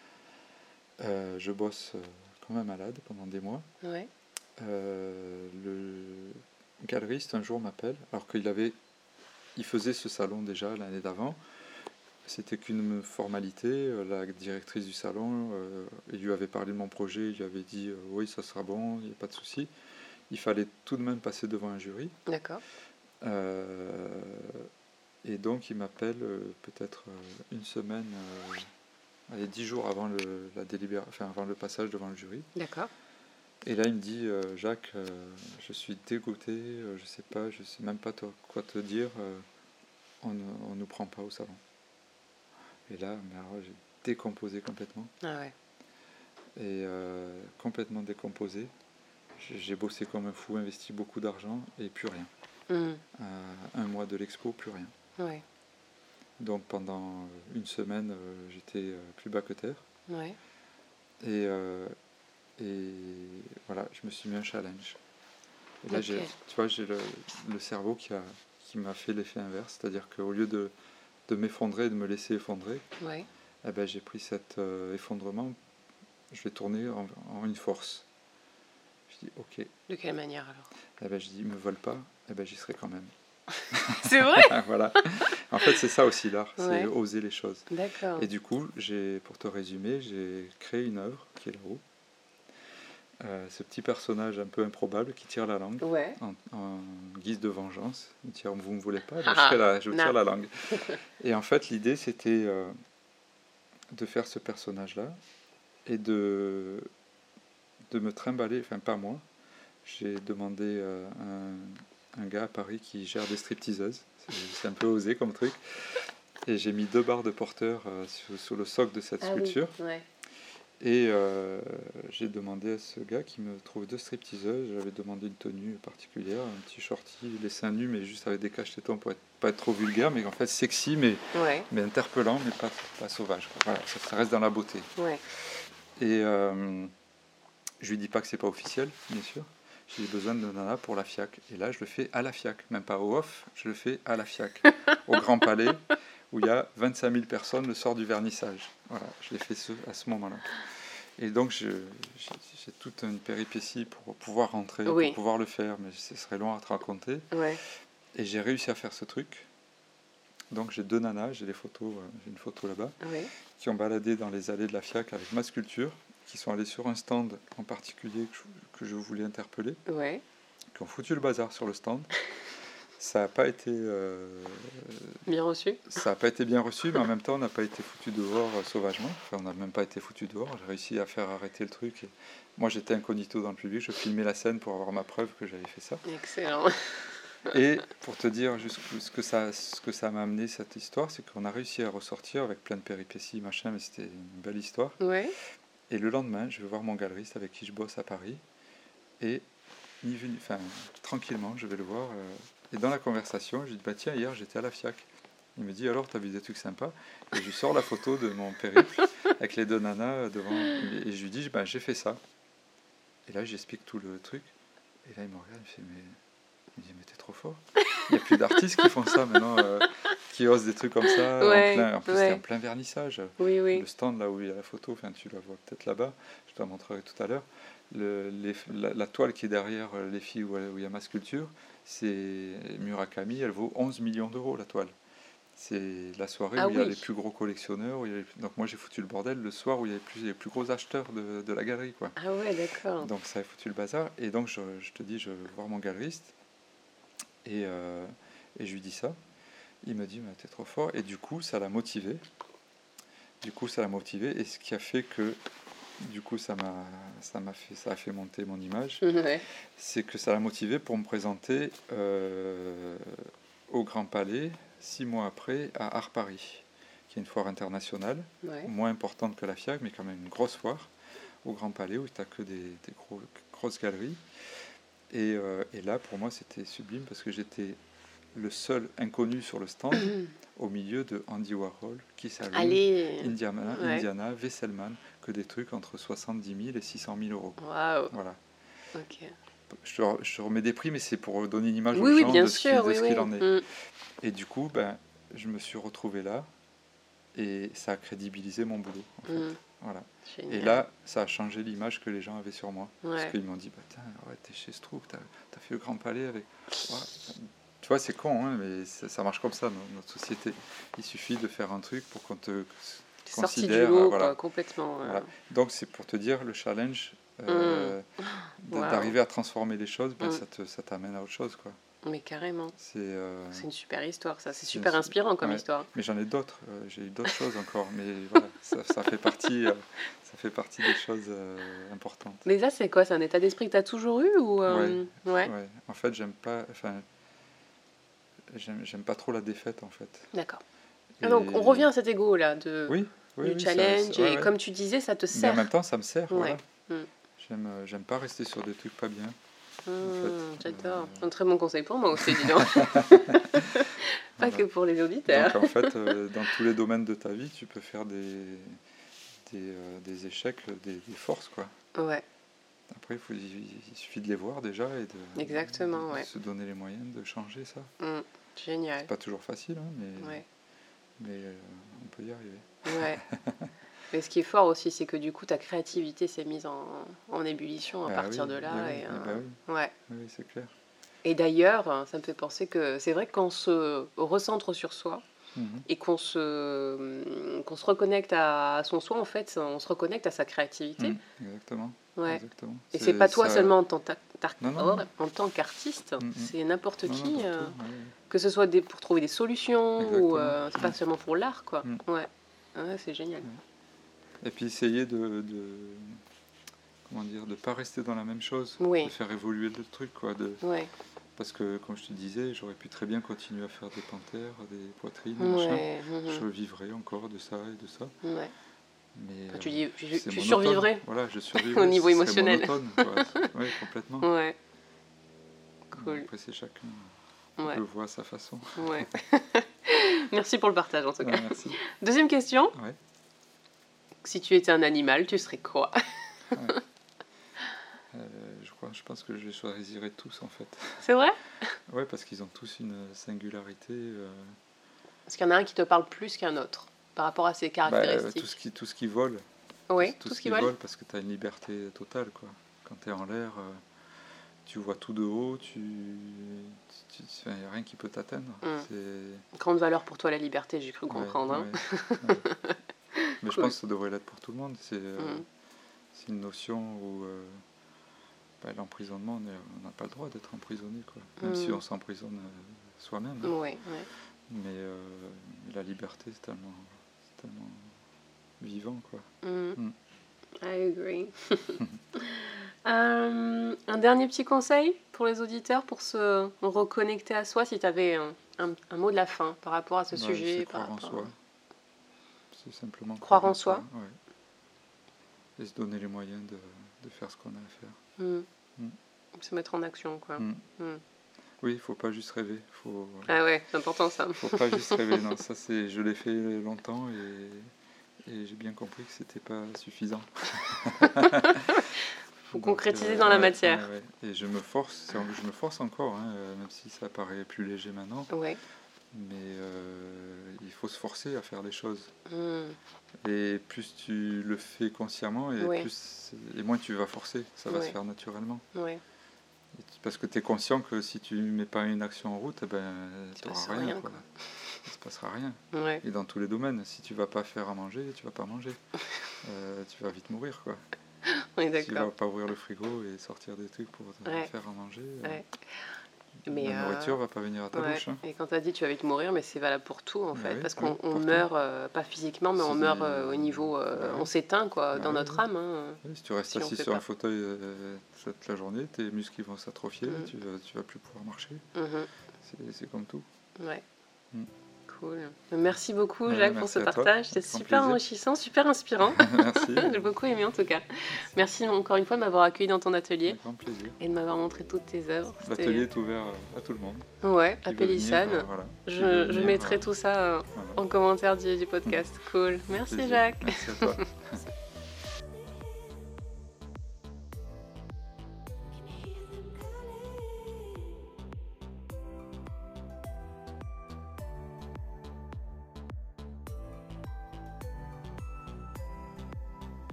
Euh, je bosse euh, comme un malade pendant des mois. Ouais. Euh, le galeriste un jour m'appelle, alors qu'il avait, il faisait ce salon déjà l'année d'avant. C'était qu'une formalité. euh, La directrice du salon, euh, il lui avait parlé de mon projet, il lui avait dit euh, oui, ça sera bon, il n'y a pas de souci. Il fallait tout de même passer devant un jury. D'accord. Euh, et donc il m'appelle euh, peut-être euh, une semaine, euh, allez, dix jours avant le, la délibéra- enfin, avant le passage devant le jury. D'accord. Et là, il me dit, euh, Jacques, euh, je suis dégoûté, euh, je sais pas, je sais même pas te- quoi te dire, euh, on ne on nous prend pas au salon. Et là, mais alors, j'ai décomposé complètement, Ah ouais. et euh, complètement décomposé. J'ai j'ai bossé comme un fou, investi beaucoup d'argent, et plus rien. Mhm. À un mois de l'expo, plus rien. Ouais. Donc pendant une semaine, euh, j'étais euh, plus bas que terre. Ouais. Et, euh, et voilà, je me suis mis un challenge. Et là, Ok. j'ai, tu vois, j'ai le, le cerveau qui, a, qui m'a fait l'effet inverse, c'est-à-dire qu'au lieu de, de m'effondrer et de me laisser effondrer, Ouais. eh ben, j'ai pris cet euh, effondrement, je l'ai tourné en, en une force. Je dis, ok, De quelle manière alors? eh ben, je dis, ils me veulent pas, eh ben, j'y serai quand même. C'est vrai? Voilà. En fait, c'est ça aussi l'art, Ouais. c'est oser les choses. D'accord. Et du coup, j'ai, pour te résumer, j'ai créé une œuvre qui est là-haut. Euh, ce petit personnage un peu improbable qui tire la langue Ouais. en, en guise de vengeance. Il tire, vous me voulez pas, ben, je, Ah, serai là, je vous non. tire la langue. Et en fait, l'idée, c'était euh, de faire ce personnage-là et de, de me trimballer, enfin pas moi. J'ai demandé euh, un, un gars à Paris qui gère des stripteaseuses. C'est, c'est un peu osé comme truc. Et j'ai mis deux barres de porteur euh, sur, sur le socle de cette Ah oui. sculpture. Ouais. Et euh, j'ai demandé à ce gars qui me trouve deux stripteaseuses. J'avais demandé une tenue particulière, un petit shorty, les seins nus, mais juste avec des cache-tétons pour être, pas être trop vulgaire, mais en fait sexy, mais, Ouais. mais interpellant, mais pas, pas sauvage. Quoi. Voilà, ça, ça reste dans la beauté. Ouais. Et euh, je lui dis pas que c'est pas officiel, bien sûr. J'ai besoin de nana pour la FIAC. Et là, je le fais à la FIAC, même pas au off, je le fais à la FIAC, au Grand Palais, où il y a vingt-cinq mille personnes le soir du vernissage. Voilà, je l'ai fait ce, à ce moment-là. Et donc, je, j'ai, j'ai toute une péripétie pour pouvoir rentrer, Oui. pour pouvoir le faire, mais ce serait long à te raconter. Ouais. Et j'ai réussi à faire ce truc. Donc, j'ai deux nanas, j'ai des photos, euh, j'ai une photo là-bas, Ouais. qui ont baladé dans les allées de la FIAC avec ma sculpture, qui sont allées sur un stand en particulier que je, que je voulais interpeller, Ouais. qui ont foutu le bazar sur le stand. Ça n'a pas été, euh, Bien reçu. ça a pas été bien reçu, mais en même temps, on n'a pas été foutu dehors euh, sauvagement. Enfin, on n'a même pas été foutu dehors. J'ai réussi à faire arrêter le truc. Et moi, j'étais incognito dans le public. Je filmais la scène pour avoir ma preuve que j'avais fait ça. Excellent. Et pour te dire jusqu'où- ce que ça, ce que ça m'a amené cette histoire, c'est qu'on a réussi à ressortir avec plein de péripéties, machin, mais c'était une belle histoire. Ouais. Et le lendemain, je vais voir mon galeriste avec qui je bosse à Paris. Et ni vu, ni- enfin, tranquillement, je vais le voir. euh, et dans la conversation, je lui dis, bah tiens, hier j'étais à la FIAC. Il me dit, alors, t'as vu des trucs sympas? Et je lui sors la photo de mon périple avec les deux nanas devant. Et je lui dis, bah, j'ai fait ça. Et là, j'explique tout le truc. Et là, il me regarde, il me fait, mais, il me dit, mais t'es trop fort. Il n'y a plus d'artistes qui font ça maintenant, euh, qui osent des trucs comme ça. Ouais, en, plein, en plus, ouais. c'était en plein vernissage. Oui, oui. Le stand là où il y a la photo, enfin, tu la vois peut-être là-bas, je te la montrerai tout à l'heure. le, les, la, la toile qui est derrière les filles où, où il y a ma sculpture, c'est Murakami, elle vaut onze millions d'euros la toile. C'est la soirée Ah où il y a oui. les plus gros collectionneurs. Où il y a les plus- Donc moi j'ai foutu le bordel le soir où il y avait plus, les plus gros acheteurs de, de la galerie, quoi. Ah ouais, d'accord. Donc ça a foutu le bazar. Et donc je, je te dis, je vais voir mon galeriste et, euh, et je lui dis ça. Il me dit, mais t'es trop fort. Et du coup, ça l'a motivé. Du coup, ça l'a motivé. Et ce qui a fait que, du coup, ça m'a, ça m'a fait, ça a fait monter mon image. Ouais. C'est que ça l'a motivé pour me présenter euh, au Grand Palais, six mois après, à Art Paris, qui est une foire internationale, Ouais. moins importante que la FIAC, mais quand même une grosse foire, au Grand Palais, où tu n'as que des, des gros, grosses galeries. Et, euh, et là, pour moi, c'était sublime, parce que j'étais le seul inconnu sur le stand, au milieu de Andy Warhol, Keith Haring, Allez. Indiana, Ouais. Indiana, Wesselmann, que des trucs entre soixante-dix mille et six cent mille euros. Waouh. Voilà. Ok. Je te, je te remets des prix, mais c'est pour donner une image Oui, aux oui, gens bien de ce qu'il sûr, de oui, ce oui. qu'il en est. Mm. Et du coup, ben, je me suis retrouvé là, et ça a crédibilisé mon boulot, en fait. Mm. Voilà. Génial. Et là, ça a changé l'image que les gens avaient sur moi. Ouais. Parce qu'ils m'ont dit, bah, tiens, ouais, t'es chez Strouk, t'as as fait le Grand Palais avec... Ouais. Tu vois, c'est con, hein, mais ça, ça marche comme ça, no- notre société. Il suffit de faire un truc pour qu'on te T'es sorti du considère... lot, voilà. quoi, complètement. euh. Voilà. Donc, c'est pour te dire, le challenge, euh, de- Waouh. d'arriver à transformer les choses, ben, Mm. ça te- ça t'amène à autre chose, quoi. Mais carrément. C'est... euh, C'est une super histoire, ça. C'est c'est super une- inspirant comme ouais. histoire. Mais j'en ai d'autres, euh, j'ai eu d'autres choses encore, mais voilà, ça, ça fait partie, euh, ça fait partie des choses euh, importantes. Mais ça, c'est quoi? C'est un état d'esprit que tu as toujours eu ou euh, ouais. Ouais. En fait, j'aime pas, enfin, j'aime, j'aime pas trop la défaite, en fait. D'accord. Et- Ah, donc on revient à cet ego là de Oui, oui, du oui, ça- challenge ça- ouais, et ouais. comme tu disais, ça te Mais en sert. même temps, ça me sert, Ouais. voilà. Mm. J'aime, euh, j'aime pas rester sur des trucs pas bien. Mmh, fait, j'adore. euh, Un très bon conseil pour moi aussi, dis donc. Pas Voilà. que pour les auditeurs. Donc en fait, euh, dans tous les domaines de ta vie, tu peux faire des, des, euh, des échecs, des, des forces, quoi. Ouais, Après, il, faut, il, il suffit de les voir déjà et de, Exactement, de ouais. se donner les moyens de changer ça. mm, génial. C'est pas toujours facile, hein, mais, Ouais, mais euh, on peut y arriver. ouais. Mais ce qui est fort aussi, c'est que du coup, ta créativité s'est mise en, en ébullition à Ah partir oui, de là. eh oui, Et, eh euh, ben oui, ouais. oui, oui, c'est clair. Et d'ailleurs, ça me fait penser que c'est vrai que quand on se recentre sur soi Mhm. et qu'on se, qu'on se reconnecte à son soi, en fait, on se reconnecte à sa créativité. Mhm, exactement. Ouais. exactement. Et c'est pas toi ça- seulement en tant, ta- tar- Non, non, oh, non. en tant qu'artiste, Mm, mm. c'est n'importe Non, qui, non, euh, partout, ouais, ouais. que ce soit des, pour trouver des solutions Exactement. ou euh, c'est pas Mm. seulement pour l'art, quoi. Mm. Ouais, ouais, c'est génial. Et puis essayer de, de comment dire, de pas rester dans la même chose, Oui. de faire évoluer le truc, quoi. De, Ouais, parce que comme je te disais, j'aurais pu très bien continuer à faire des panthères, des poitrines, machin. ouais, mhm, Je vivrais encore de ça et de ça. ouais. Mais Ah, tu euh, dis, tu, c'est tu monotone. survivrais. Voilà, je survivrais. Au niveau ce serait émotionnel. monotone, quoi. Oui, complètement. Ouais. Cool. Après, c'est chacun Ouais, le voit à sa façon. ouais. Merci pour le partage en tout Ouais, cas. merci. Deuxième question. Ouais. Si tu étais un animal, tu serais quoi? Euh, je crois, je pense que je les choisirais tous en fait. C'est vrai? Ouais, parce qu'ils ont tous une singularité. euh, Parce qu'il y en a un qui te parle plus qu'un autre par rapport à ses bah, euh, caractéristiques. tout ce qui, tout ce qui vole. Oui, tout, tout ce qui vole. vole, parce que tu as une liberté totale, quoi. Quand tu es en l'air, euh, tu vois tout de haut, tu, il n'y a rien qui peut t'atteindre. Mm. C'est Grande valeur pour toi la liberté, j'ai cru ouais, comprendre. hein. ouais, ouais. Mais je Cool. pense que ça devrait l'être pour tout le monde. C'est euh, Mm. c'est une notion où euh, bah, l'emprisonnement, on est- on n'a pas le droit d'être emprisonné, quoi. Même Mm. si on s'emprisonne euh, soi-même. hein. Oui, oui. Mais euh, la liberté, c'est tellement, c'est tellement vivant, quoi. Mm. Mm. I agree. Euh, un dernier petit conseil pour les auditeurs pour se reconnecter à soi, si tu avais un, un- un mot de la fin par rapport à ce Ouais, sujet. c'est par croire en rapport soi. à- C'est simplement Croire en soi. ouais. Et se donner les moyens de, de faire ce qu'on a à faire. Mm. Mm. Se mettre en action, quoi. Mm. Mm. Oui, il faut pas juste rêver. Faut, Ah ouais, c'est important ça. faut pas juste rêver. Non, ça c'est, je l'ai fait longtemps et, et j'ai bien compris que c'était pas suffisant. Faut Donc, concrétiser euh, dans la ouais, matière. ouais, ouais. Et je me force, c'est- je me force encore, hein, euh, même si ça paraît plus léger maintenant. Ouais. Mais euh, il faut se forcer à faire les choses. Mmh. Et plus tu le fais consciemment, et, Ouais. plus, et moins tu vas forcer. Ça va Ouais. se faire naturellement. Ouais. Et tu- Parce que tu es conscient que si tu mets pas une action en route, eh ben, Il tu passe n'auras rien. rien, quoi. quoi. Il se passera rien. Ouais. Et dans tous les domaines, si tu vas pas faire à manger, tu vas pas manger. Euh, tu vas vite mourir, quoi. On est Si tu vas d'accord. pas ouvrir le frigo et sortir des trucs pour te Ouais. faire à manger, euh, Ouais. Mais, la euh, nourriture va pas venir à ta ouais. bouche. Hein. Et quand tu as dit tu vas vite mourir, mais c'est valable pour tout en Bah fait. oui, Parce oui, qu'on on pour tout. meurt, euh, pas physiquement, mais on Si- meurt euh, au niveau. euh, Bah oui. On s'éteint quoi, Bah dans oui, notre oui. âme. Hein. Oui, si tu restes Si on assis fait sur pas. un fauteuil euh, toute la journée, tes muscles ils vont s'atrophier, Mhm. tu, vas, tu vas plus pouvoir marcher. Mhm. C'est, c'est comme tout. Ouais. Mm. Cool. Merci beaucoup Ouais, Jacques pour merci ce à toi. partage. C'était Avec grand super plaisir. enrichissant, super inspirant. Merci. J'ai beaucoup aimé en tout cas. Merci encore une fois de m'avoir accueilli dans ton atelier Avec grand plaisir. et de m'avoir montré toutes tes œuvres. C'était- L'atelier est ouvert à tout le monde. Ouais, Qui à veut venir, Pélissane. euh, voilà. Qui Je, veut je venir, mettrai euh, tout ça euh, voilà. en commentaire du, du podcast. Cool. Merci Plaisir. Jacques. Merci à toi.